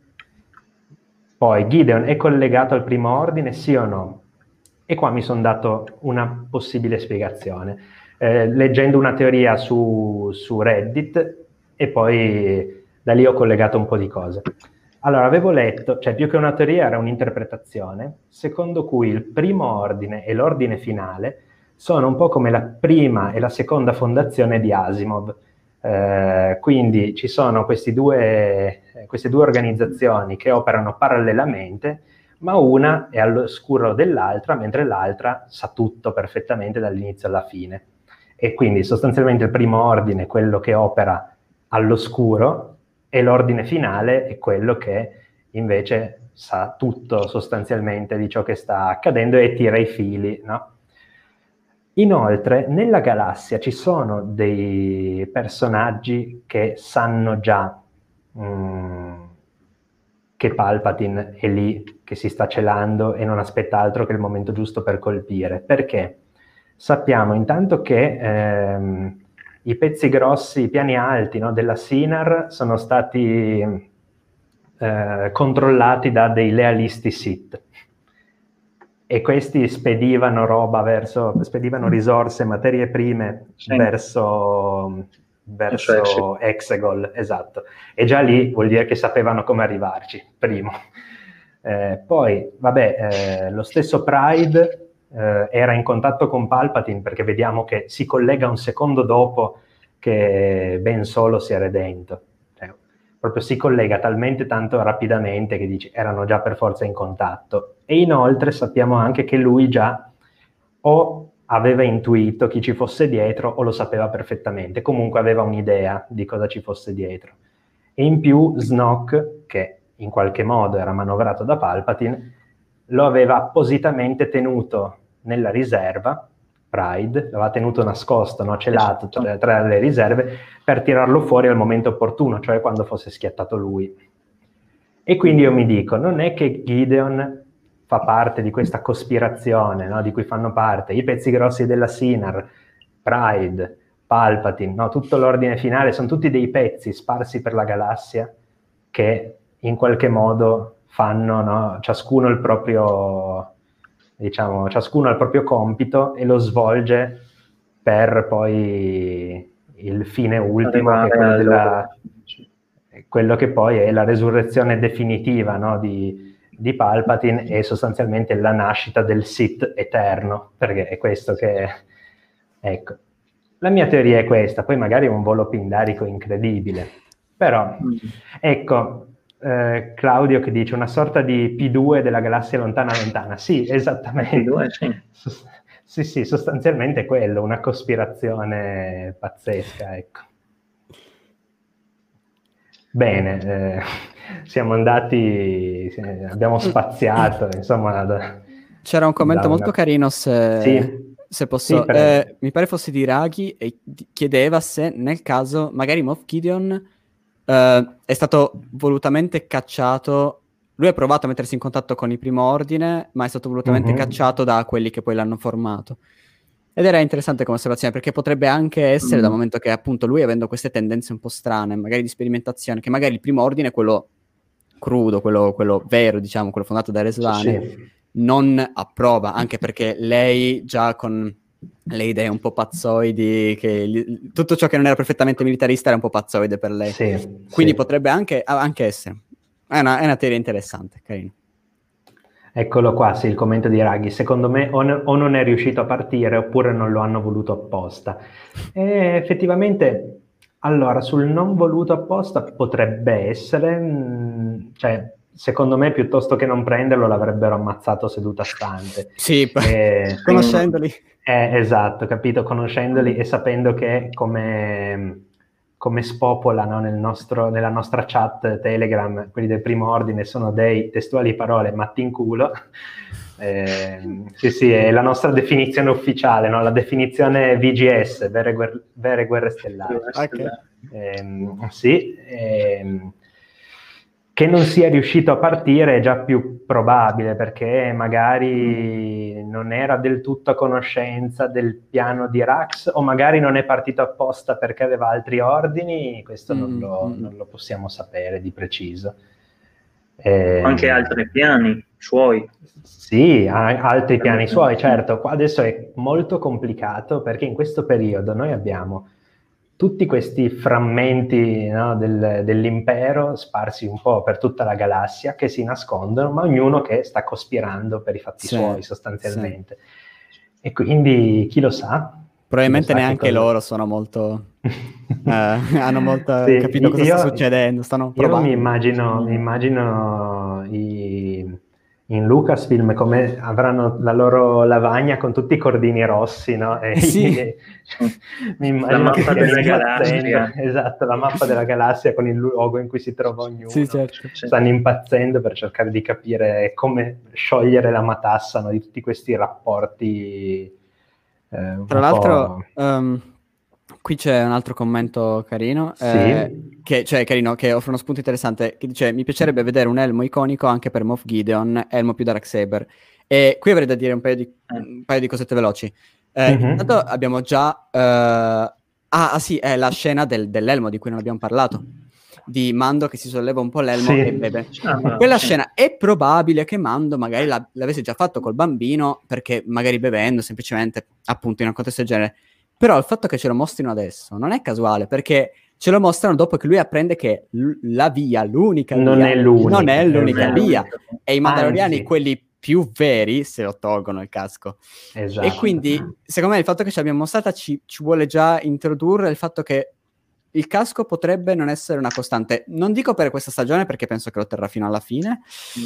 Poi Gideon è collegato al primo ordine, sì o no? E qua mi sono dato una possibile spiegazione, leggendo una teoria su Reddit e poi da lì ho collegato un po' di cose. Allora, avevo letto, cioè più che una teoria era un'interpretazione, secondo cui il primo ordine e l'ordine finale sono un po' come la prima e la seconda fondazione di Asimov. Quindi ci sono queste due organizzazioni che operano parallelamente, ma una è all'oscuro dell'altra, mentre l'altra sa tutto perfettamente dall'inizio alla fine. E quindi sostanzialmente il primo ordine è quello che opera all'oscuro e l'ordine finale è quello che invece sa tutto sostanzialmente di ciò che sta accadendo e tira i fili, no? Inoltre, nella galassia ci sono dei personaggi che sanno già che Palpatine è lì, che si sta celando e non aspetta altro che il momento giusto per colpire. Perché? Sappiamo intanto che i pezzi grossi, i piani alti, no, della Sinar sono stati controllati da dei lealisti Sith. E questi spedivano risorse, materie prime verso Exegol, esatto. E già lì vuol dire che sapevano come arrivarci, primo. Poi, lo stesso Pride era in contatto con Palpatine, perché vediamo che si collega un secondo dopo che Ben Solo si è redento. Proprio si collega talmente tanto rapidamente che dici erano già per forza in contatto. E inoltre sappiamo anche che lui già o aveva intuito chi ci fosse dietro o lo sapeva perfettamente, comunque aveva un'idea di cosa ci fosse dietro. E in più Snoke, che in qualche modo era manovrato da Palpatine, lo aveva appositamente tenuto nella riserva, Pride, l'aveva tenuto nascosto, no? Celato tra le riserve, per tirarlo fuori al momento opportuno, cioè quando fosse schiattato lui. E quindi io mi dico, non è che Gideon fa parte di questa cospirazione, no? Di cui fanno parte i pezzi grossi della Sinar, Pride, Palpatine, no? Tutto l'ordine finale, sono tutti dei pezzi sparsi per la galassia che in qualche modo fanno, no? Ciascuno il proprio... Diciamo, ciascuno ha il proprio compito e lo svolge per poi il fine ultimo, che è quello che poi è la resurrezione definitiva, no, di Palpatine e sostanzialmente la nascita del Sith eterno, perché è questo che... Ecco, la mia teoria è questa, poi magari è un volo pindarico incredibile, però, ecco... Claudio che dice una sorta di P2 della galassia lontana lontana. Sì, esattamente. P2, sì. Sì, sostanzialmente è quello, una cospirazione pazzesca, ecco. Bene, siamo andati, abbiamo spaziato, insomma. C'era un commento molto carino, se posso. Sì, mi pare fosse di Raghi, e chiedeva se nel caso magari Moff Gideon è stato volutamente cacciato. Lui ha provato a mettersi in contatto con il Primo Ordine, ma è stato volutamente cacciato da quelli che poi l'hanno formato. Ed era interessante come osservazione, perché potrebbe anche essere, dal momento che appunto lui, avendo queste tendenze un po' strane, magari di sperimentazione, che magari il Primo Ordine è quello crudo, quello vero, diciamo, quello fondato da Resvane, sì. non approva, anche perché lei già con le idee un po' pazzoidi, tutto ciò che non era perfettamente militarista era un po' pazzoide per lei. Sì, quindi sì. potrebbe anche essere. È una teoria interessante, carino. Eccolo qua, sì, il commento di Raghi. Secondo me o non è riuscito a partire oppure non lo hanno voluto apposta. E effettivamente, allora, sul non voluto apposta potrebbe essere, cioè, secondo me piuttosto che non prenderlo l'avrebbero ammazzato seduta stante. Sì, conoscendoli. Esatto, capito, conoscendoli e sapendo che come spopola, no, nella nostra chat Telegram, quelli del Primo Ordine sono dei, testuali parole, matti in culo. Sì, è la nostra definizione ufficiale, no? La definizione VGS, vere guerre stellari. Okay. Sì, che non sia riuscito a partire è già più probabile, perché magari non era del tutto a conoscenza del piano di Rax, o magari non è partito apposta perché aveva altri ordini. Questo non lo possiamo sapere di preciso. Anche altri piani suoi. Sì, altri piani suoi, certo. Qua adesso è molto complicato, perché in questo periodo noi abbiamo tutti questi frammenti, no, dell'impero sparsi un po' per tutta la galassia, che si nascondono, ma ognuno che sta cospirando per i fatti suoi, sostanzialmente. E quindi chi lo sa? Probabilmente neanche loro sono molto hanno molto capito cosa sta succedendo, stanno provando. Io mi immagino in Lucasfilm come avranno la loro lavagna con tutti i cordini rossi, no? E mi immagino la mappa della galassia. Esatto, la mappa della galassia con il luogo in cui si trova ognuno. Sì, certo. Stanno impazzendo per cercare di capire come sciogliere la matassa, no, di tutti questi rapporti. Tra l'altro, qui c'è un altro commento carino, che offre uno spunto interessante, che dice: mi piacerebbe vedere un elmo iconico anche per Moff Gideon, elmo più Darksaber. E qui avrei da dire un paio di cosette veloci. Intanto abbiamo già sì, è la scena dell'elmo di cui non abbiamo parlato, di Mando che si solleva un po' l'elmo e beve. Quella scena è probabile che Mando magari l'avesse già fatto col bambino, perché magari bevendo, semplicemente, appunto, in un contesto del genere. Però il fatto che ce lo mostrino adesso non è casuale, perché ce lo mostrano dopo che lui apprende che l'unica via non è l'unica via. E i Mandaloriani, quelli più veri, se lo tolgono il casco. Esatto. E quindi, secondo me, il fatto che ci abbiamo mostrata ci vuole già introdurre il fatto che il casco potrebbe non essere una costante. Non dico per questa stagione, perché penso che lo terrà fino alla fine.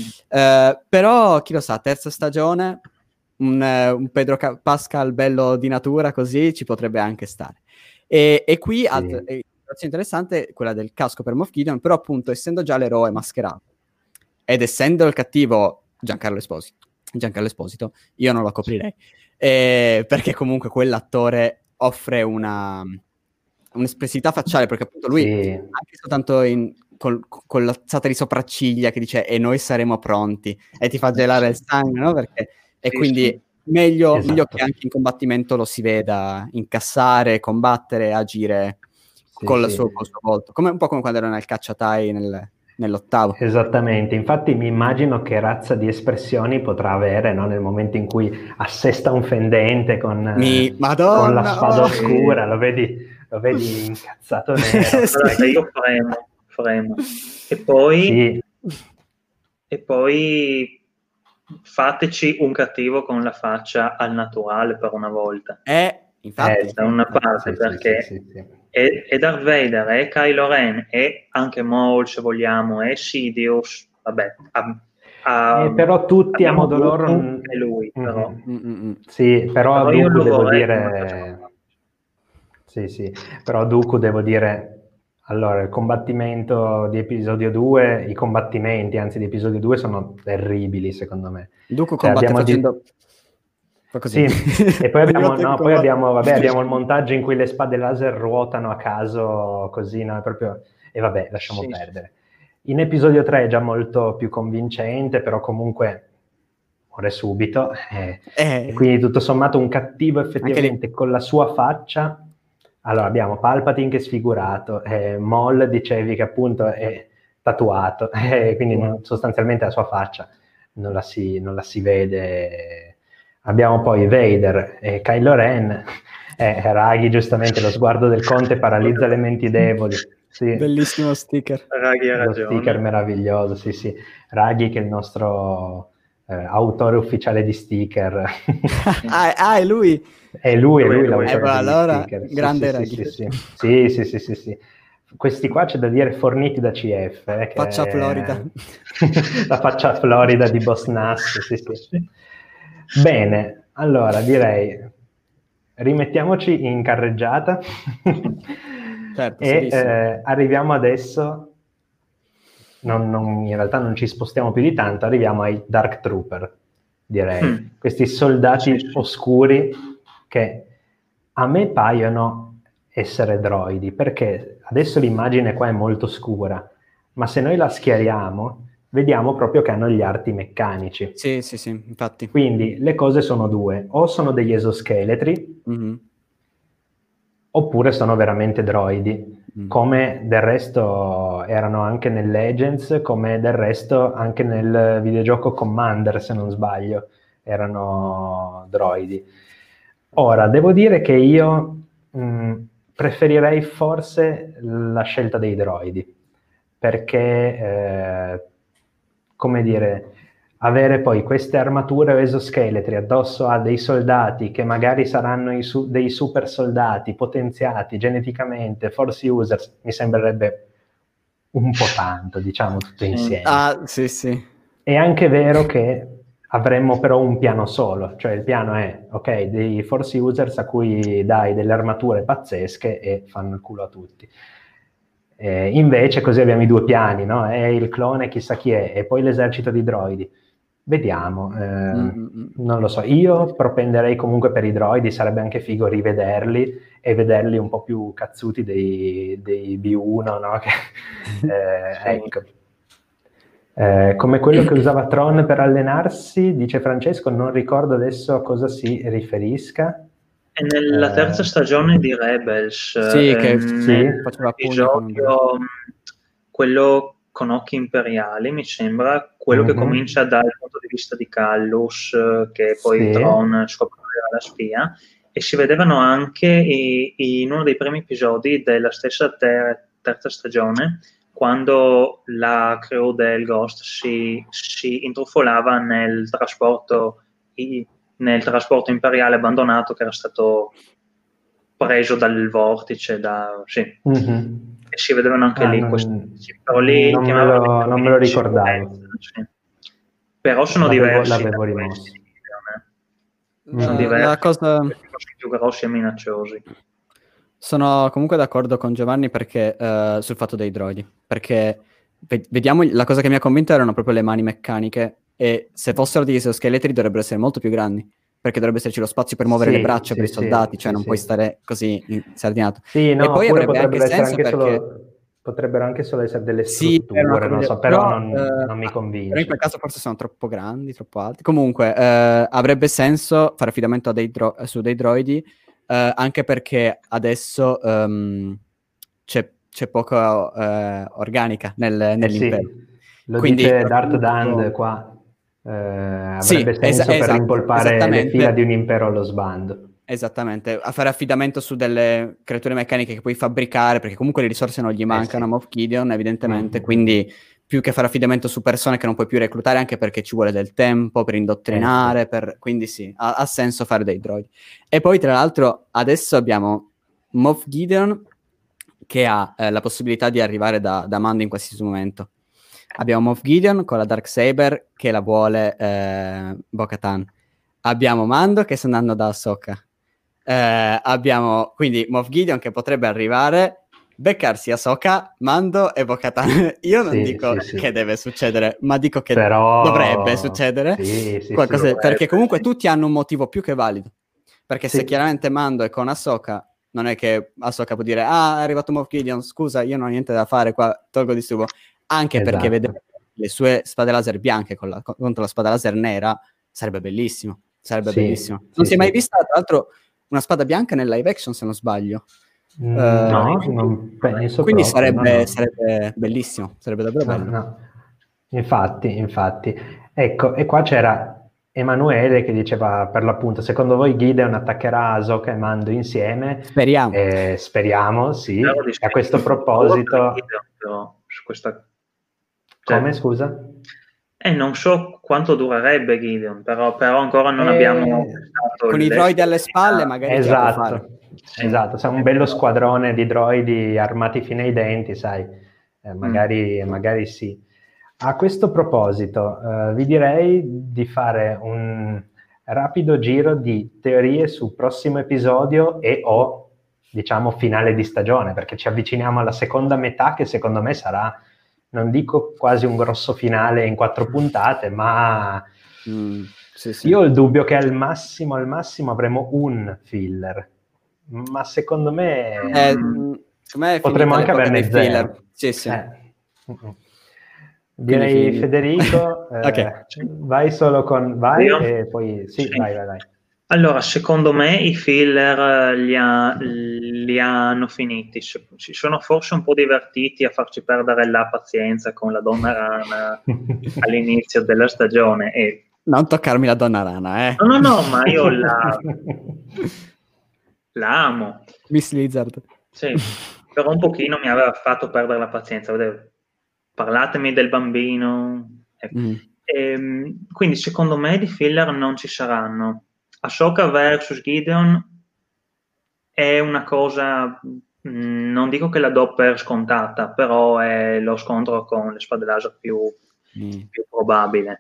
Però, chi lo sa, terza stagione, un Pedro Pascal bello di natura, così ci potrebbe anche stare. E qui, altra situazione interessante, quella del casco per Moff Gideon, però appunto, essendo già l'eroe mascherato, ed essendo il cattivo Giancarlo Esposito, io non lo coprirei. Perché comunque quell'attore offre un'espressività facciale, perché appunto lui anche soltanto con l'alzata di sopracciglia che dice "e noi saremo pronti", e ti fa gelare il sangue, no? Perché quindi meglio che anche in combattimento lo si veda incassare, combattere, agire col suo volto, un po' come quando era nel cacciatai nell'8º. Esattamente, infatti mi immagino che razza di espressioni potrà avere, no? Nel momento in cui assesta un fendente con la spada oscura, lo vedi incazzato nero. Guarda, io faremo. E poi fateci un cattivo con la faccia al naturale per una volta. Infatti. Da una parte, perché è Darth Vader, è Kylo Ren, è anche Maul, se vogliamo, è Sidious, vabbè. Però tutti a modo loro... È lui, però. Sì, però Dooku devo dire... Sì, però Dooku devo dire... Allora, il combattimento di episodio 2, i combattimenti, anzi, di episodio 2 sono terribili, secondo me. Dooku combatte facendo... Così. Sì, e poi abbiamo il montaggio in cui le spade laser ruotano a caso, così, no? Proprio... E vabbè, lasciamo perdere. In episodio 3 è già molto più convincente, però comunque muore subito. E quindi tutto sommato un cattivo effettivamente con la sua faccia. Allora abbiamo Palpatine che è sfigurato, Maul dicevi che appunto è tatuato, quindi sostanzialmente la sua faccia non la si vede. Abbiamo poi Vader e Kylo Ren, Raghi giustamente, lo sguardo del conte paralizza le menti deboli. Sì. Bellissimo sticker. Raghi ha ragione. Lo sticker meraviglioso, sì. Raghi che è il nostro autore ufficiale di sticker. È lui? È lui l'autore allora, di sticker. Grande Raghi. Sì. Questi qua c'è da dire forniti da CF. Faccia Florida. La faccia Florida di Boss Nass, sì. Bene, allora direi rimettiamoci in carreggiata. Certo, e arriviamo adesso, in realtà non ci spostiamo più di tanto, arriviamo ai Dark Trooper, direi. Questi soldati oscuri che a me paiono essere droidi, perché adesso l'immagine qua è molto scura, ma se noi la schiariamo vediamo proprio che hanno gli arti meccanici. Sì, infatti. Quindi le cose sono due: o sono degli esoscheletri, oppure sono veramente droidi, come del resto erano anche nel Legends, come del resto anche nel videogioco Commander, se non sbaglio, erano droidi. Ora, devo dire che io preferirei forse la scelta dei droidi, perché, come dire, avere poi queste armature o esoscheletri addosso a dei soldati che magari saranno dei super soldati potenziati geneticamente, force users, mi sembrerebbe un po' tanto, diciamo, tutto insieme. Sì. È anche vero che avremmo però un piano solo, cioè il piano è, ok, dei force users a cui dai delle armature pazzesche e fanno il culo a tutti. Invece così abbiamo i due piani, no? È il clone chissà chi è, e poi l'esercito di droidi. Vediamo, non lo so, io propenderei comunque per i droidi, sarebbe anche figo rivederli e vederli un po' più cazzuti dei B1, no? Ecco. Come quello che usava Tron per allenarsi, dice Francesco, non ricordo adesso a cosa si riferisca. È nella terza stagione di Rebels, che faceva episodio, quello con occhi imperiali, mi sembra, quello che comincia dal punto di vista di Callus, che poi Tron scoprirà la spia, e si vedevano anche in uno dei primi episodi della stessa terza stagione, quando la crew del Ghost si intrufolava nel trasporto imperiale abbandonato che era stato preso dal vortice, e si vedevano anche lì però lì non me lo ricordavo. Però sono diversi, l'avevo rimosso. Sono diversi, cosa... più grossi e minacciosi. Sono comunque d'accordo con Giovanni perché sul fatto dei droidi, perché vediamo, la cosa che mi ha convinto erano proprio le mani meccaniche, e se fossero degli esoscheletri dovrebbero essere molto più grandi, perché dovrebbe esserci lo spazio per muovere le braccia per i soldati, cioè non puoi stare così sardinato. Sì, no, e poi avrebbe anche senso potrebbero anche solo essere delle strutture, non so, però non mi convince. Però in quel caso forse sono troppo grandi, troppo alti. Comunque avrebbe senso fare affidamento su dei droidi, anche perché adesso c'è poca organica nell'impero. Lo dice Darth Dand qua. Avrebbe senso per rimpolpare le fila di un impero allo sbando. Esattamente, a fare affidamento su delle creature meccaniche che puoi fabbricare, perché comunque le risorse non gli mancano a Moff Gideon, evidentemente, quindi più che fare affidamento su persone che non puoi più reclutare, anche perché ci vuole del tempo per indottrinare, quindi sì, ha senso fare dei droidi. E poi tra l'altro adesso abbiamo Moff Gideon che ha la possibilità di arrivare da Mando in qualsiasi momento. Abbiamo Moff Gideon con la Darksaber che la vuole Bo-Katan. Abbiamo Mando che sta andando da Ahsoka. Abbiamo quindi Moff Gideon che potrebbe arrivare beccarsi Ahsoka, Mando e Bo-Katan. Io non dico che deve succedere, ma dico che dovrebbe succedere qualcosa, perché comunque tutti hanno un motivo più che valido. Perché se chiaramente Mando è con Ahsoka, non è che Ahsoka può dire è arrivato Moff Gideon, scusa, io non ho niente da fare qua, tolgo disturbo. Anche perché vedere le sue spade laser bianche contro la spada laser nera sarebbe bellissimo. Bellissimo. Non si è mai vista, tra l'altro, una spada bianca nel live action, se non sbaglio. No, non penso. Quindi sarebbe bellissimo, sarebbe davvero bello. No. Infatti. Ecco, e qua c'era Emanuele che diceva, per l'appunto, secondo voi Gideon attaccherà Ahsoka e Mando insieme? Speriamo, sì. E a questo proposito... Come, scusa? Non so quanto durerebbe Gideon, però ancora non abbiamo... Con i droidi alle spalle magari... Esatto, c'è un bello squadrone di droidi armati fino ai denti, sai, magari sì. A questo proposito, vi direi di fare un rapido giro di teorie sul prossimo episodio o, diciamo, finale di stagione, perché ci avviciniamo alla seconda metà, che secondo me sarà, non dico quasi un grosso finale in 4 puntate, ma io ho il dubbio che al massimo avremo un filler. Ma secondo me potremmo anche averne 0. Sì. Direi Federico, vai solo con... e poi... Sì, vai. Allora, secondo me i filler li hanno finiti. Si sono forse un po' divertiti a farci perdere la pazienza con la donna rana all'inizio della stagione. E... Non toccarmi la donna rana, eh. No, ma io la amo. Miss Lizard. Sì, però un pochino mi aveva fatto perdere la pazienza. Parlatemi del bambino. Quindi secondo me di filler non ci saranno. Ahsoka vs Gideon è una cosa, non dico che la do per scontata, però è lo scontro con le spade laser più probabile.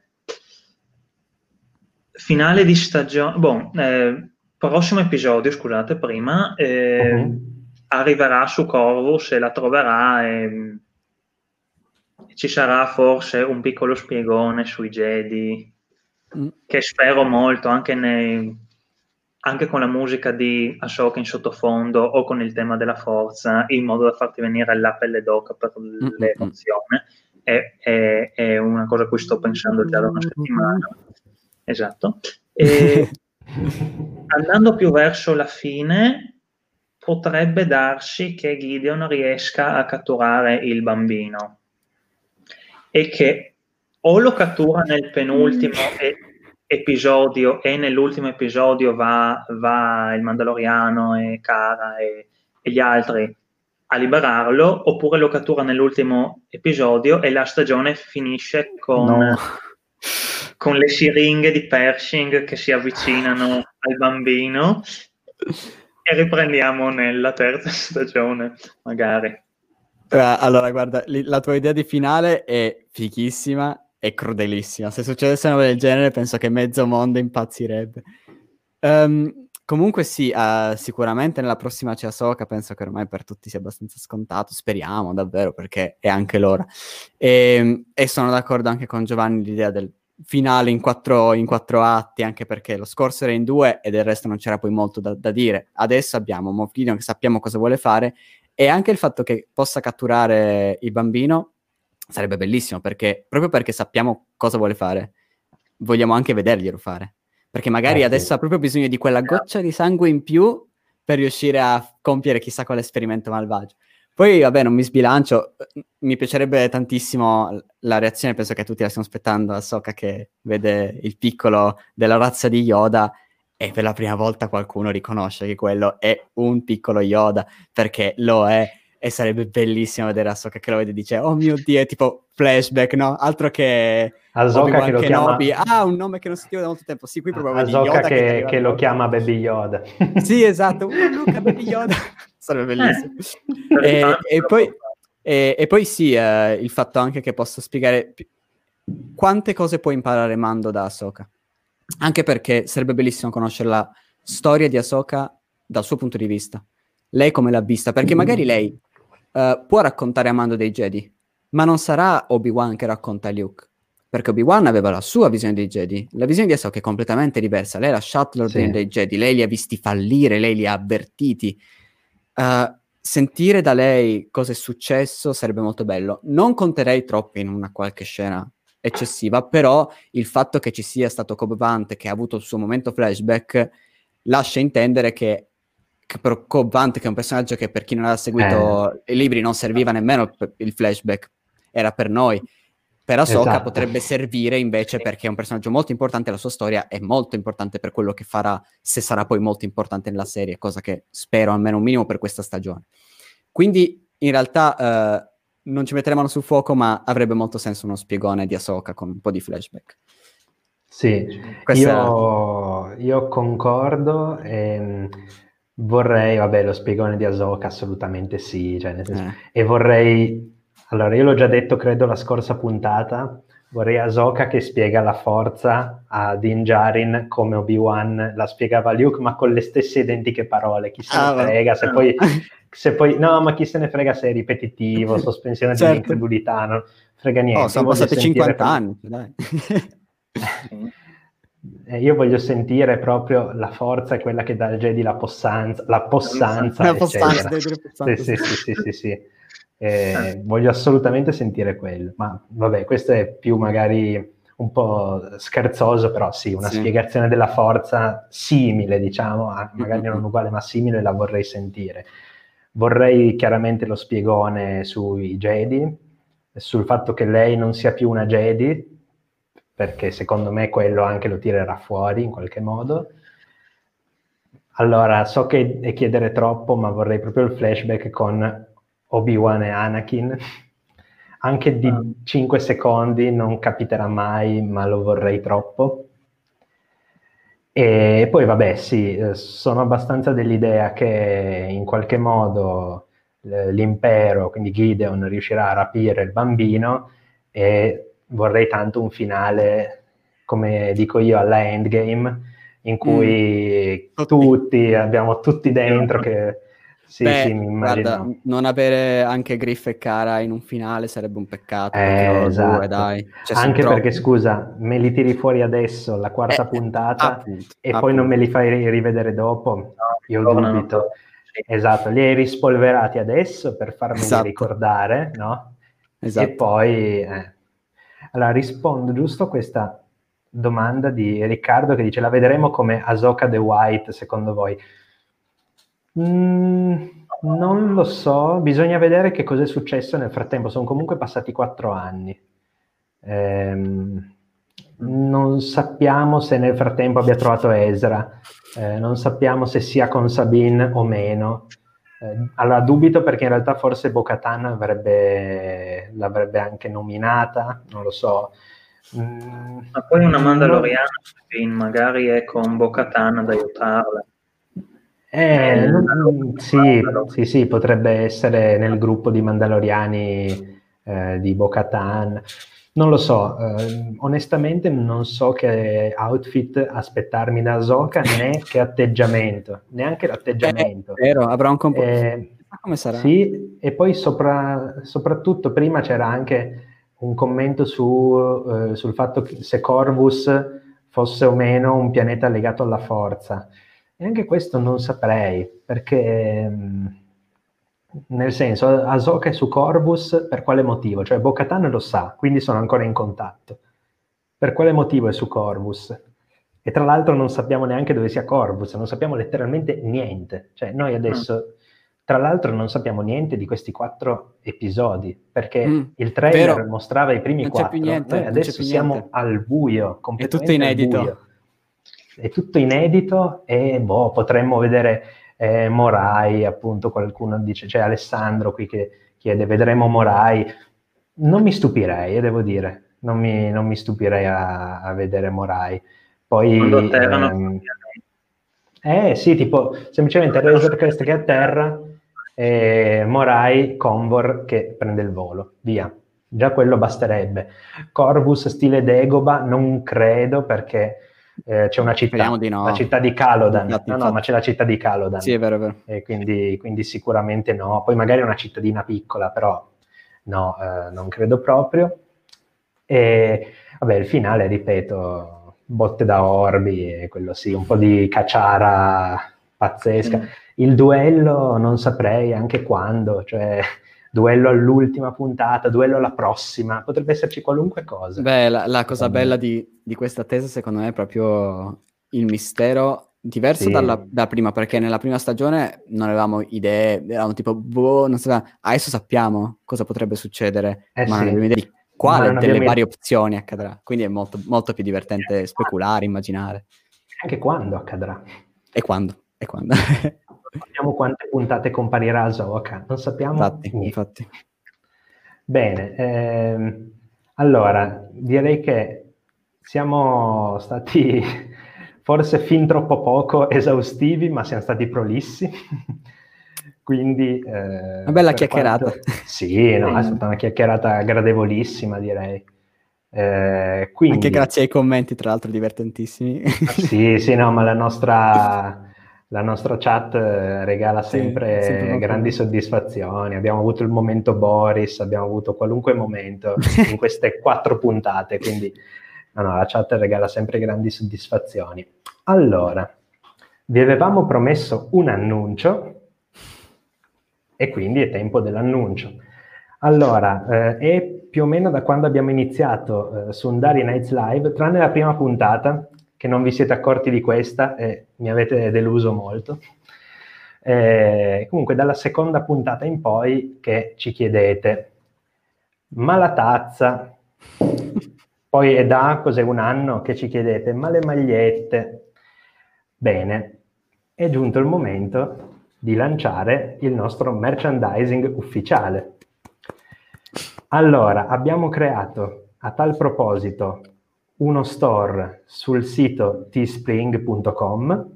Finale di stagione... prossimo episodio, scusate, prima arriverà su Corvus e la troverà e ci sarà forse un piccolo spiegone sui Jedi che spero molto anche con la musica di Ahsoka in sottofondo o con il tema della forza, in modo da farti venire la pelle d'oca per l'emozione. È una cosa a cui sto pensando già da una settimana. Esatto. Andando più verso la fine, potrebbe darsi che Gideon riesca a catturare il bambino e che o lo cattura nel penultimo episodio e nell'ultimo episodio va il Mandaloriano e Cara e gli altri a liberarlo, oppure lo cattura nell'ultimo episodio e la stagione finisce con le siringhe di Pershing che si avvicinano al bambino e riprendiamo nella terza stagione, magari. Allora, guarda, la tua idea di finale è fighissima e crudelissima. Se succedesse una cosa del genere, penso che mezzo mondo impazzirebbe. Comunque sì, sicuramente nella prossima c'è Ahsoka, penso che ormai per tutti sia abbastanza scontato, speriamo davvero, perché è anche l'ora. E sono d'accordo anche con Giovanni l'idea del finale in quattro atti, anche perché lo scorso era in 2 e del resto non c'era poi molto da dire. Adesso abbiamo Moff Gideon che sappiamo cosa vuole fare, e anche il fatto che possa catturare il bambino sarebbe bellissimo, proprio perché sappiamo cosa vuole fare, vogliamo anche vederglielo fare, perché magari adesso ha proprio bisogno di quella goccia di sangue in più per riuscire a compiere chissà quale esperimento malvagio. Poi, vabbè, non mi sbilancio, mi piacerebbe tantissimo la reazione, penso che tutti la stiamo aspettando, Ahsoka che vede il piccolo della razza di Yoda e per la prima volta qualcuno riconosce che quello è un piccolo Yoda, perché lo è, e sarebbe bellissimo vedere Ahsoka che lo vede e dice oh mio Dio, è tipo flashback, no? Altro che Ahsoka che lo Kenobi. Un nome che non sentivo da molto tempo. Sì, qui proprio Ahsoka che lo chiama Baby Yoda. Sì, esatto, Luca Baby Yoda. Sarebbe bellissimo. E poi sì, il fatto anche che possa spiegare quante cose può imparare Mando da Ahsoka. Anche perché sarebbe bellissimo conoscere la storia di Ahsoka dal suo punto di vista. Lei come l'ha vista? Perché magari lei può raccontare a Mando dei Jedi, ma non sarà Obi-Wan che racconta a Luke, perché Obi-Wan aveva la sua visione dei Jedi, la visione di Ahsoka è completamente diversa, lei ha lasciato l'ordine dei Jedi, lei li ha visti fallire, lei li ha avvertiti. Sentire da lei cosa è successo sarebbe molto bello. Non conterei troppo in una qualche scena eccessiva, però il fatto che ci sia stato Cobb Vanth che ha avuto il suo momento flashback lascia intendere che per Cobb Vanth, che è un personaggio che per chi non aveva seguito i libri non serviva nemmeno il flashback, era per noi. Per Ahsoka potrebbe servire invece perché è un personaggio molto importante, la sua storia è molto importante per quello che farà, se sarà poi molto importante nella serie, cosa che spero almeno un minimo per questa stagione. Quindi in realtà non ci metteremo mano sul fuoco, ma avrebbe molto senso uno spiegone di Ahsoka con un po' di flashback. Sì, io concordo. Vorrei, vabbè, lo spiegone di Ahsoka assolutamente sì, cioè, nel senso, e vorrei... Allora, io l'ho già detto, credo, la scorsa puntata, vorrei Ahsoka che spiega la forza a Din Djarin come Obi-Wan la spiegava a Luke, ma con le stesse identiche parole. Chi se ne frega, se poi... No, ma chi se ne frega se è ripetitivo, sospensione dell'incredulità, non frega niente. Sono passati 50 anni, dai. Io voglio sentire proprio la forza, quella che dà al Jedi la possanza, sì. Voglio assolutamente sentire quello, ma vabbè, questo è più magari un po' scherzoso, però sì, una spiegazione della forza simile, diciamo, magari non uguale ma simile, la vorrei sentire. Vorrei chiaramente lo spiegone sui Jedi, sul fatto che lei non sia più una Jedi, perché secondo me quello anche lo tirerà fuori in qualche modo. Allora, so che è chiedere troppo, ma vorrei proprio il flashback con Obi-Wan e Anakin, anche di 5 secondi, non capiterà mai, ma lo vorrei troppo. E poi vabbè, sì, sono abbastanza dell'idea che in qualche modo l'impero, quindi Gideon, riuscirà a rapire il bambino, e vorrei tanto un finale, come dico io, alla Endgame, in cui abbiamo tutti dentro che... Sì, mi immagino. Guarda, non avere anche Griff e Cara in un finale sarebbe un peccato, perché loro due, dai. Cioè, anche perché, scusa, me li tiri fuori adesso, la quarta puntata, poi non me li fai rivedere dopo, io dubito. Esatto, li hai rispolverati adesso per farmeli ricordare, no? Esatto. E poi... Allora, rispondo giusto a questa domanda di Riccardo che dice: la vedremo come Ahsoka the White, secondo voi? Non lo so, bisogna vedere che cosa è successo nel frattempo. Sono comunque passati 4 anni. Non sappiamo se nel frattempo abbia trovato Ezra, non sappiamo se sia con Sabine o meno. Allora dubito, perché in realtà forse Bo-Katan l'avrebbe anche nominata, non lo so. Ma poi una Mandaloriana magari è con Bo-Katan ad aiutarla. Sì, potrebbe essere nel gruppo di Mandaloriani di Bo-Katan. Non lo so, onestamente non so che outfit aspettarmi da Ahsoka, né che atteggiamento, neanche l'atteggiamento. Vero, avrà un comportamento. Come sarà? Sì, e poi soprattutto prima c'era anche un commento sul fatto che se Corvus fosse o meno un pianeta legato alla forza. E anche questo non saprei, perché nel senso, Ahsoka è su Corvus per quale motivo? Cioè Bo-Katan lo sa, quindi sono ancora in contatto. Per quale motivo è su Corvus? E tra l'altro non sappiamo neanche dove sia Corvus, non sappiamo letteralmente niente. Cioè noi adesso, tra l'altro, non sappiamo niente di questi 4 episodi, perché il trailer mostrava i primi 4. Noi adesso siamo al buio, completamente è tutto inedito. Al buio. È tutto inedito e potremmo vedere Morai, appunto, qualcuno dice, c'è Alessandro qui che chiede, vedremo Morai. Non mi stupirei, devo dire, non mi stupirei a vedere Morai. Poi sì, tipo semplicemente Razor Crest che atterra e Morai Convor che prende il volo, via. Già quello basterebbe. Corvus stile Dagobah non credo, perché c'è una città, Speriamo di no. la città di Calodan. Infatti. No, ma c'è la città di Calodan. Sì, è vero, è vero. E quindi sicuramente no. Poi magari una cittadina piccola, però no, non credo proprio. E vabbè, il finale, ripeto, botte da orbi, e quello sì, un po' di cacciara pazzesca. Sì. Il duello non saprei anche quando, cioè duello all'ultima puntata, duello alla prossima, potrebbe esserci qualunque cosa. Beh, la cosa bella di questa attesa secondo me è proprio il mistero, diverso Sì. da prima, perché nella prima stagione non avevamo idee, eravamo tipo, boh, non sapevamo. Adesso sappiamo cosa potrebbe succedere, ma non Sì. abbiamo idea di Ma quale non delle abbiamo varie opzioni accadrà. Quindi è molto, molto più divertente speculare, immaginare. Anche quando accadrà. E quando? Non sappiamo quante puntate comparirà Ahsoka, non sappiamo niente. Infatti. Bene, allora direi che siamo stati forse fin troppo poco esaustivi, ma siamo stati prolissi. Quindi una bella chiacchierata. Sì, no, è stata una chiacchierata gradevolissima, direi. Quindi... Anche grazie ai commenti, tra l'altro, divertentissimi. Sì, no, ma la nostra chat regala sempre grandi soddisfazioni. Abbiamo avuto il momento Boris, abbiamo avuto qualunque momento in queste 4 puntate, quindi no, la chat regala sempre grandi soddisfazioni. Allora, vi avevamo promesso un annuncio e quindi è tempo dell'annuncio. Allora, è più o meno da quando abbiamo iniziato su Sundari Nights Live, tranne la prima puntata, che non vi siete accorti di questa e mi avete deluso molto. Comunque dalla seconda puntata in poi che ci chiedete, ma la tazza? Poi è da cos'è un anno che ci chiedete, ma le magliette? Bene, è giunto il momento di lanciare il nostro merchandising ufficiale. Allora, abbiamo creato a tal proposito uno store sul sito teespring.com.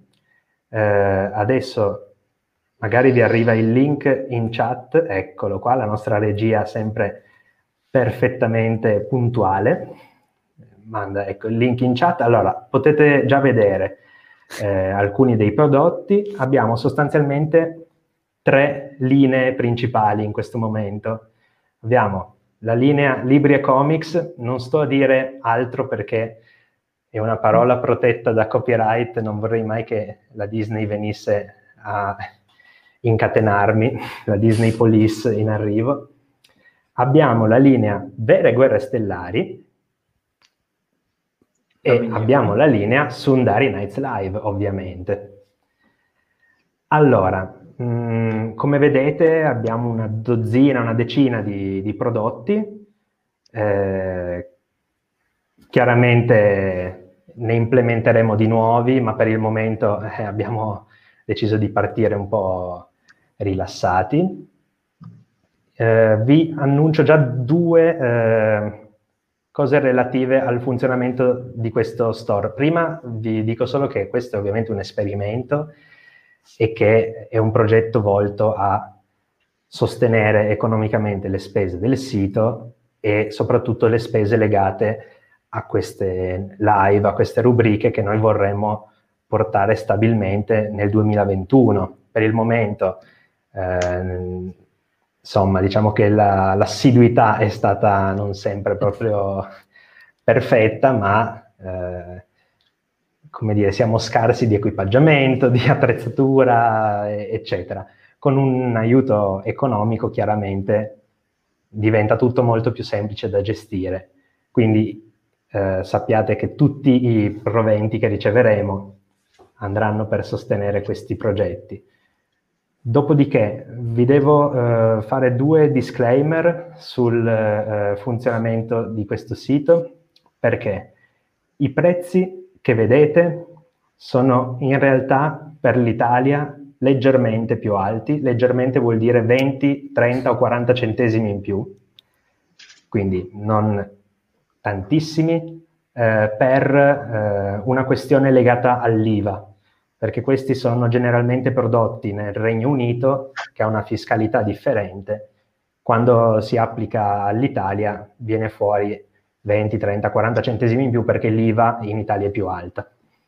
Adesso magari vi arriva il link in chat, eccolo qua, la nostra regia sempre perfettamente puntuale. Manda ecco il link in chat. Allora, potete già vedere alcuni dei prodotti. Abbiamo sostanzialmente 3 linee principali in questo momento. Abbiamo la linea Libri e Comics, non sto a dire altro perché è una parola protetta da copyright, non vorrei mai che la Disney venisse a incatenarmi, la Disney Police in arrivo. Abbiamo la linea Vere Guerre Stellari e abbiamo la linea Sundari Nights Live, ovviamente. Allora, come vedete abbiamo una decina di prodotti. Chiaramente ne implementeremo di nuovi, ma per il momento abbiamo deciso di partire un po' rilassati. Vi annuncio già 2 cose relative al funzionamento di questo store. Prima vi dico solo che questo è ovviamente un esperimento e che è un progetto volto a sostenere economicamente le spese del sito e soprattutto le spese legate a queste live, a queste rubriche che noi vorremmo portare stabilmente nel 2021. Per il momento, insomma, diciamo che l'assiduità è stata non sempre proprio perfetta, ma come dire, siamo scarsi di equipaggiamento, di attrezzatura, eccetera. Con un aiuto economico chiaramente diventa tutto molto più semplice da gestire. Quindi sappiate che tutti i proventi che riceveremo andranno per sostenere questi progetti. Dopodiché vi devo fare 2 disclaimer sul funzionamento di questo sito, perché i prezzi che vedete sono in realtà per l'Italia leggermente più alti. Leggermente vuol dire 20, 30 o 40 centesimi in più, quindi non tantissimi, per una questione legata all'IVA, perché questi sono generalmente prodotti nel Regno Unito, che ha una fiscalità differente. Quando si applica all'Italia viene fuori 20, 30, 40 centesimi in più perché l'IVA in Italia è più alta.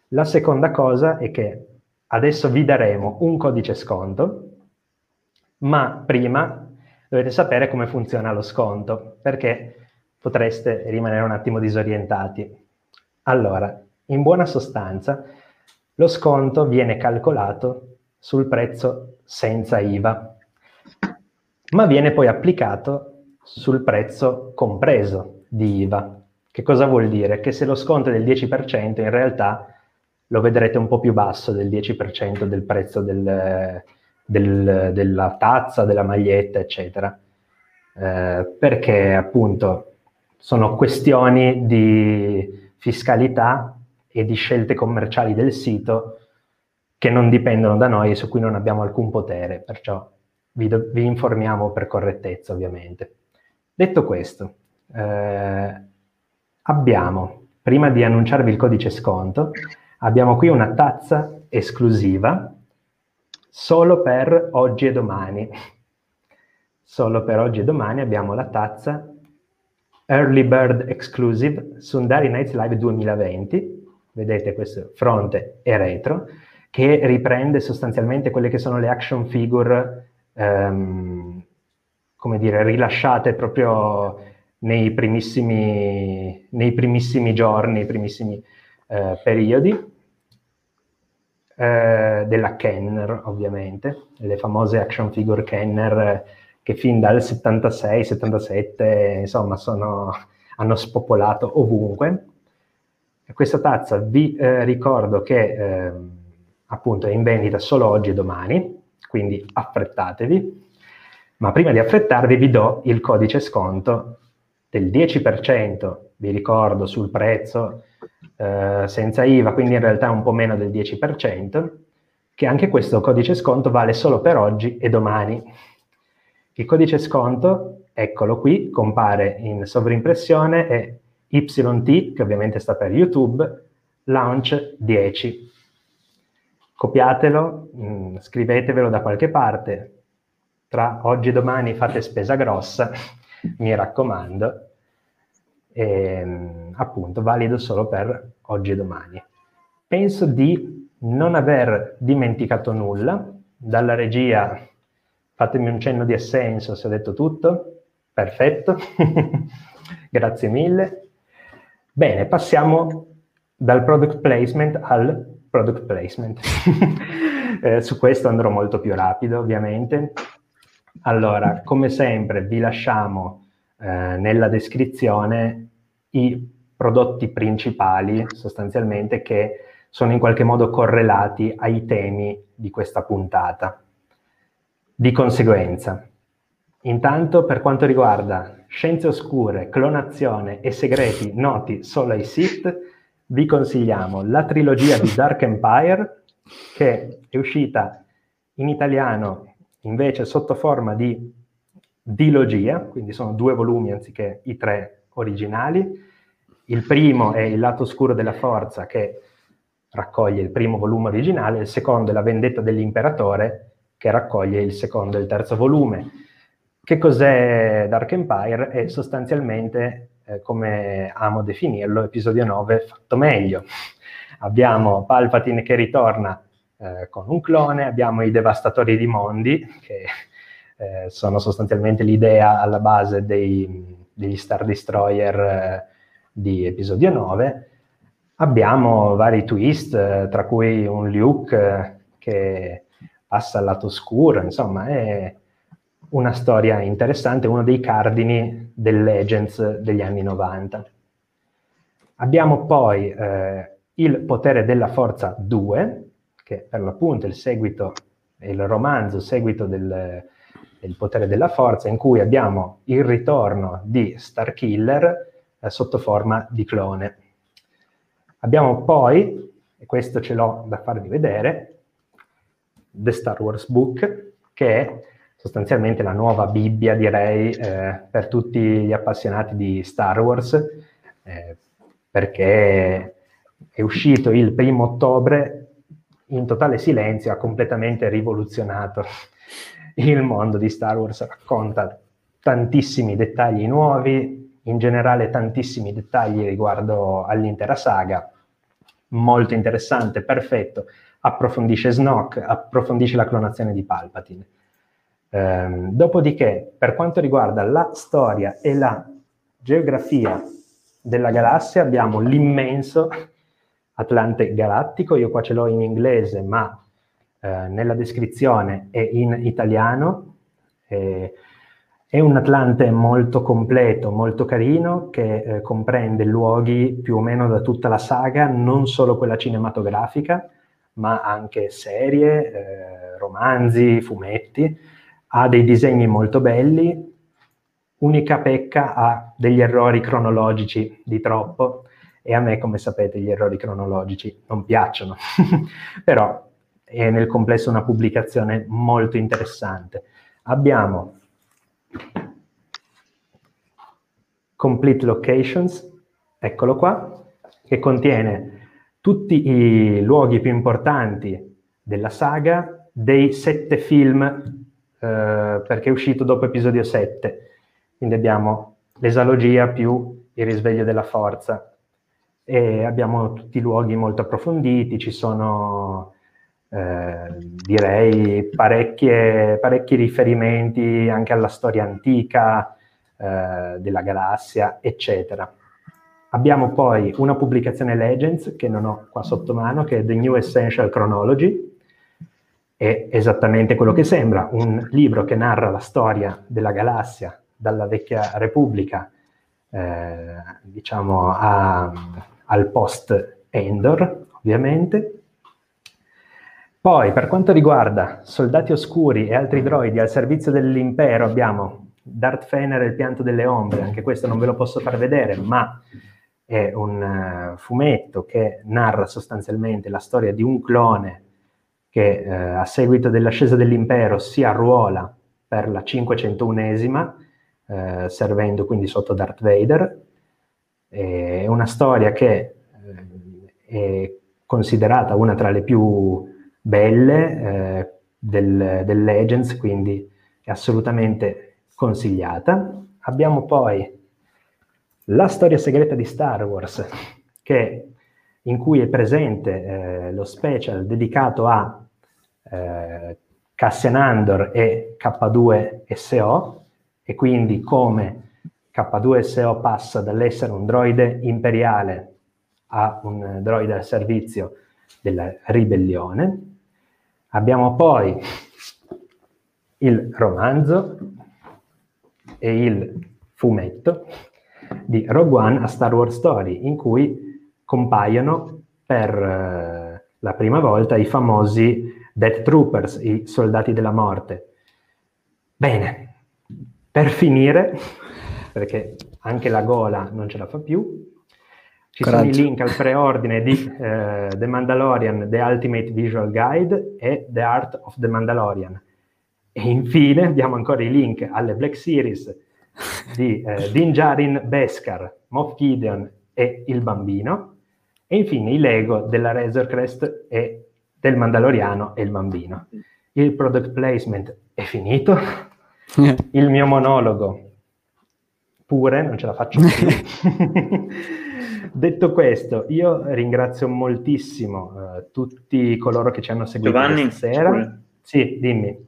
La seconda cosa è che adesso vi daremo un codice sconto, ma prima dovete sapere come funziona lo sconto, perché potreste rimanere un attimo disorientati. Allora, in buona sostanza, lo sconto viene calcolato sul prezzo senza IVA, ma viene poi applicato sul prezzo compreso di IVA. Che cosa vuol dire? Che se lo sconto è del 10%, in realtà lo vedrete un po' più basso del 10% del prezzo della tazza, della maglietta, eccetera. Perché appunto sono questioni di fiscalità e di scelte commerciali del sito che non dipendono da noi e su cui non abbiamo alcun potere, perciò vi informiamo per correttezza, ovviamente. Detto questo, abbiamo, prima di annunciarvi il codice sconto, abbiamo qui una tazza esclusiva solo per oggi e domani. Solo per oggi e domani abbiamo la tazza Early Bird Exclusive Sundari Nights Live 2020. Vedete questo fronte e retro, che riprende sostanzialmente quelle che sono le action figure, come dire, rilasciate proprio nei primissimi giorni, nei primissimi periodi della Kenner, ovviamente, le famose action figure Kenner che fin dal 76-77 insomma hanno spopolato ovunque. E questa tazza vi ricordo che appunto è in vendita solo oggi e domani, quindi affrettatevi, ma prima di affrettarvi vi do il codice sconto del 10%, vi ricordo, sul prezzo senza IVA, quindi in realtà un po' meno del 10%, che anche questo codice sconto vale solo per oggi e domani. Il codice sconto, eccolo qui, compare in sovrimpressione, è YT, che ovviamente sta per YouTube, Launch 10. Copiatelo, scrivetevelo da qualche parte, tra oggi e domani fate spesa grossa, mi raccomando, e, appunto valido solo per oggi e domani. Penso di non aver dimenticato nulla. Dalla regia fatemi un cenno di assenso se ho detto tutto. Perfetto. Grazie mille. Bene, passiamo dal product placement al product placement. Su questo andrò molto più rapido, ovviamente. Allora, come sempre, vi lasciamo nella descrizione i prodotti principali, sostanzialmente, che sono in qualche modo correlati ai temi di questa puntata. Di conseguenza, intanto, per quanto riguarda scienze oscure, clonazione e segreti noti solo ai Sith, vi consigliamo la trilogia di Dark Empire, che è uscita in italiano invece sotto forma di dilogia, quindi sono 2 volumi anziché i 3 originali. Il primo è Il lato oscuro della forza, che raccoglie il primo volume originale, il secondo è La vendetta dell'imperatore, che raccoglie il secondo e il terzo volume. Che cos'è Dark Empire? È sostanzialmente, come amo definirlo, episodio 9 fatto meglio. Abbiamo Palpatine che ritorna con un clone, abbiamo i devastatori di mondi, che sono sostanzialmente l'idea alla base degli Star Destroyer di episodio 9. Abbiamo vari twist, tra cui un Luke che passa al lato oscuro, insomma è una storia interessante, uno dei cardini del Legends degli anni 90. Abbiamo poi Il potere della forza 2, che per l'appunto è il seguito, è il romanzo seguito del potere della forza, in cui abbiamo il ritorno di Starkiller sotto forma di clone. Abbiamo poi, e questo ce l'ho da farvi vedere, The Star Wars Book, che è sostanzialmente la nuova Bibbia, direi, per tutti gli appassionati di Star Wars, perché è uscito il 1° ottobre in totale silenzio, ha completamente rivoluzionato il mondo di Star Wars, racconta tantissimi dettagli nuovi, in generale tantissimi dettagli riguardo all'intera saga, molto interessante, perfetto, approfondisce Snoke, approfondisce la clonazione di Palpatine. Dopodiché, per quanto riguarda la storia e la geografia della galassia, abbiamo l'immenso Atlante galattico. Io qua ce l'ho in inglese, ma nella descrizione è in italiano. È un Atlante molto completo, molto carino, che comprende luoghi più o meno da tutta la saga, non solo quella cinematografica, ma anche serie, romanzi, fumetti. Ha dei disegni molto belli. Unica pecca, ha degli errori cronologici di troppo, e a me, come sapete, gli errori cronologici non piacciono. Però è nel complesso una pubblicazione molto interessante. Abbiamo Complete Locations, eccolo qua, che contiene tutti i luoghi più importanti della saga, dei 7 film, perché è uscito dopo episodio 7. Quindi abbiamo l'esalogia più il risveglio della forza, e abbiamo tutti i luoghi molto approfonditi. Ci sono, direi, parecchi riferimenti anche alla storia antica della galassia, eccetera. Abbiamo poi una pubblicazione Legends, che non ho qua sotto mano, che è The New Essential Chronology. È esattamente quello che sembra, un libro che narra la storia della galassia dalla vecchia Repubblica, diciamo, al post-Endor, ovviamente. Poi, per quanto riguarda Soldati Oscuri e altri droidi al servizio dell'impero, abbiamo Darth Fener e il pianto delle ombre. Anche questo non ve lo posso far vedere, ma è un fumetto che narra sostanzialmente la storia di un clone che a seguito dell'ascesa dell'impero si arruola per la 501esima, servendo quindi sotto Darth Vader. È una storia che è considerata una tra le più belle del Legends, quindi è assolutamente consigliata. Abbiamo poi La storia segreta di Star Wars, in cui è presente lo special dedicato a Cassian Andor e K2SO, e quindi come K2SO passa dall'essere un droide imperiale a un droide al servizio della ribellione. Abbiamo poi il romanzo e il fumetto di Rogue One a Star Wars Story, in cui compaiono per la prima volta i famosi Death Troopers, i soldati della morte. Bene, per finire, perché anche la gola non ce la fa più, ci sono i link al preordine di The Mandalorian, The Ultimate Visual Guide e The Art of the Mandalorian. E infine abbiamo ancora i link alle Black Series di Din Djarin, Beskar, Moff Gideon e il bambino, e infine i Lego della Razor Crest e del Mandaloriano e il bambino. Il product placement è finito, il mio monologo pure, non ce la faccio più. Detto questo, io ringrazio moltissimo tutti coloro che ci hanno seguito questa sera. Scusa. Sì, dimmi.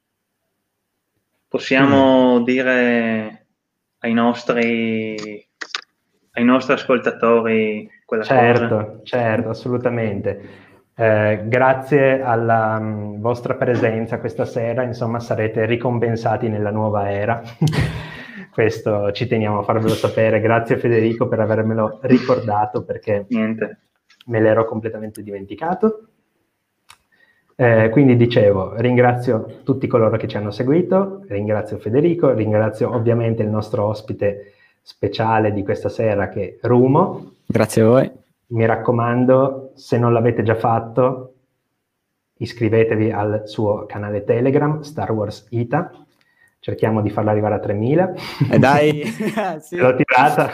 Possiamo dire ai nostri ascoltatori quella cosa? Certo, assolutamente. Grazie alla vostra presenza questa sera, insomma, sarete ricompensati nella nuova era. Questo ci teniamo a farvelo sapere. Grazie Federico per avermelo ricordato, perché me l'ero completamente dimenticato. Quindi dicevo, ringrazio tutti coloro che ci hanno seguito, ringrazio Federico, ringrazio ovviamente il nostro ospite speciale di questa sera, che è Rumo. Grazie a voi. Mi raccomando, se non l'avete già fatto, iscrivetevi al suo canale Telegram, Star Wars Ita. Cerchiamo di farlo arrivare a 3.000. Dai! Sì. L'ho tirata.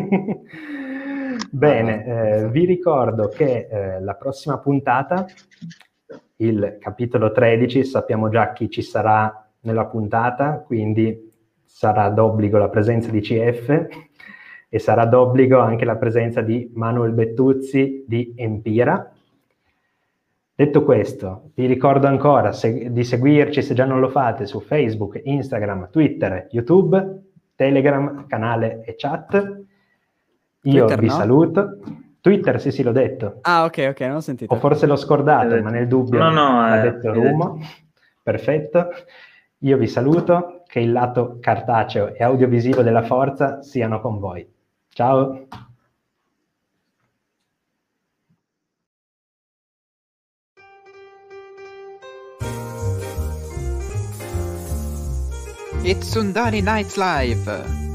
Bene, vi ricordo che la prossima puntata, il capitolo 13, sappiamo già chi ci sarà nella puntata, quindi sarà d'obbligo la presenza di CF, e sarà d'obbligo anche la presenza di Manuel Bettuzzi di Empira. Detto questo, vi ricordo ancora di seguirci, se già non lo fate, su Facebook, Instagram, Twitter, YouTube, Telegram, canale e chat. Io Twitter, vi no? saluto. Twitter, sì, l'ho detto. Ah, ok, non ho sentito. O forse l'ho scordato, ma nel dubbio l'ha detto Rumo. Perfetto. Io vi saluto, che il lato cartaceo e audiovisivo della forza siano con voi. Ciao! It's Sundari Nights Live!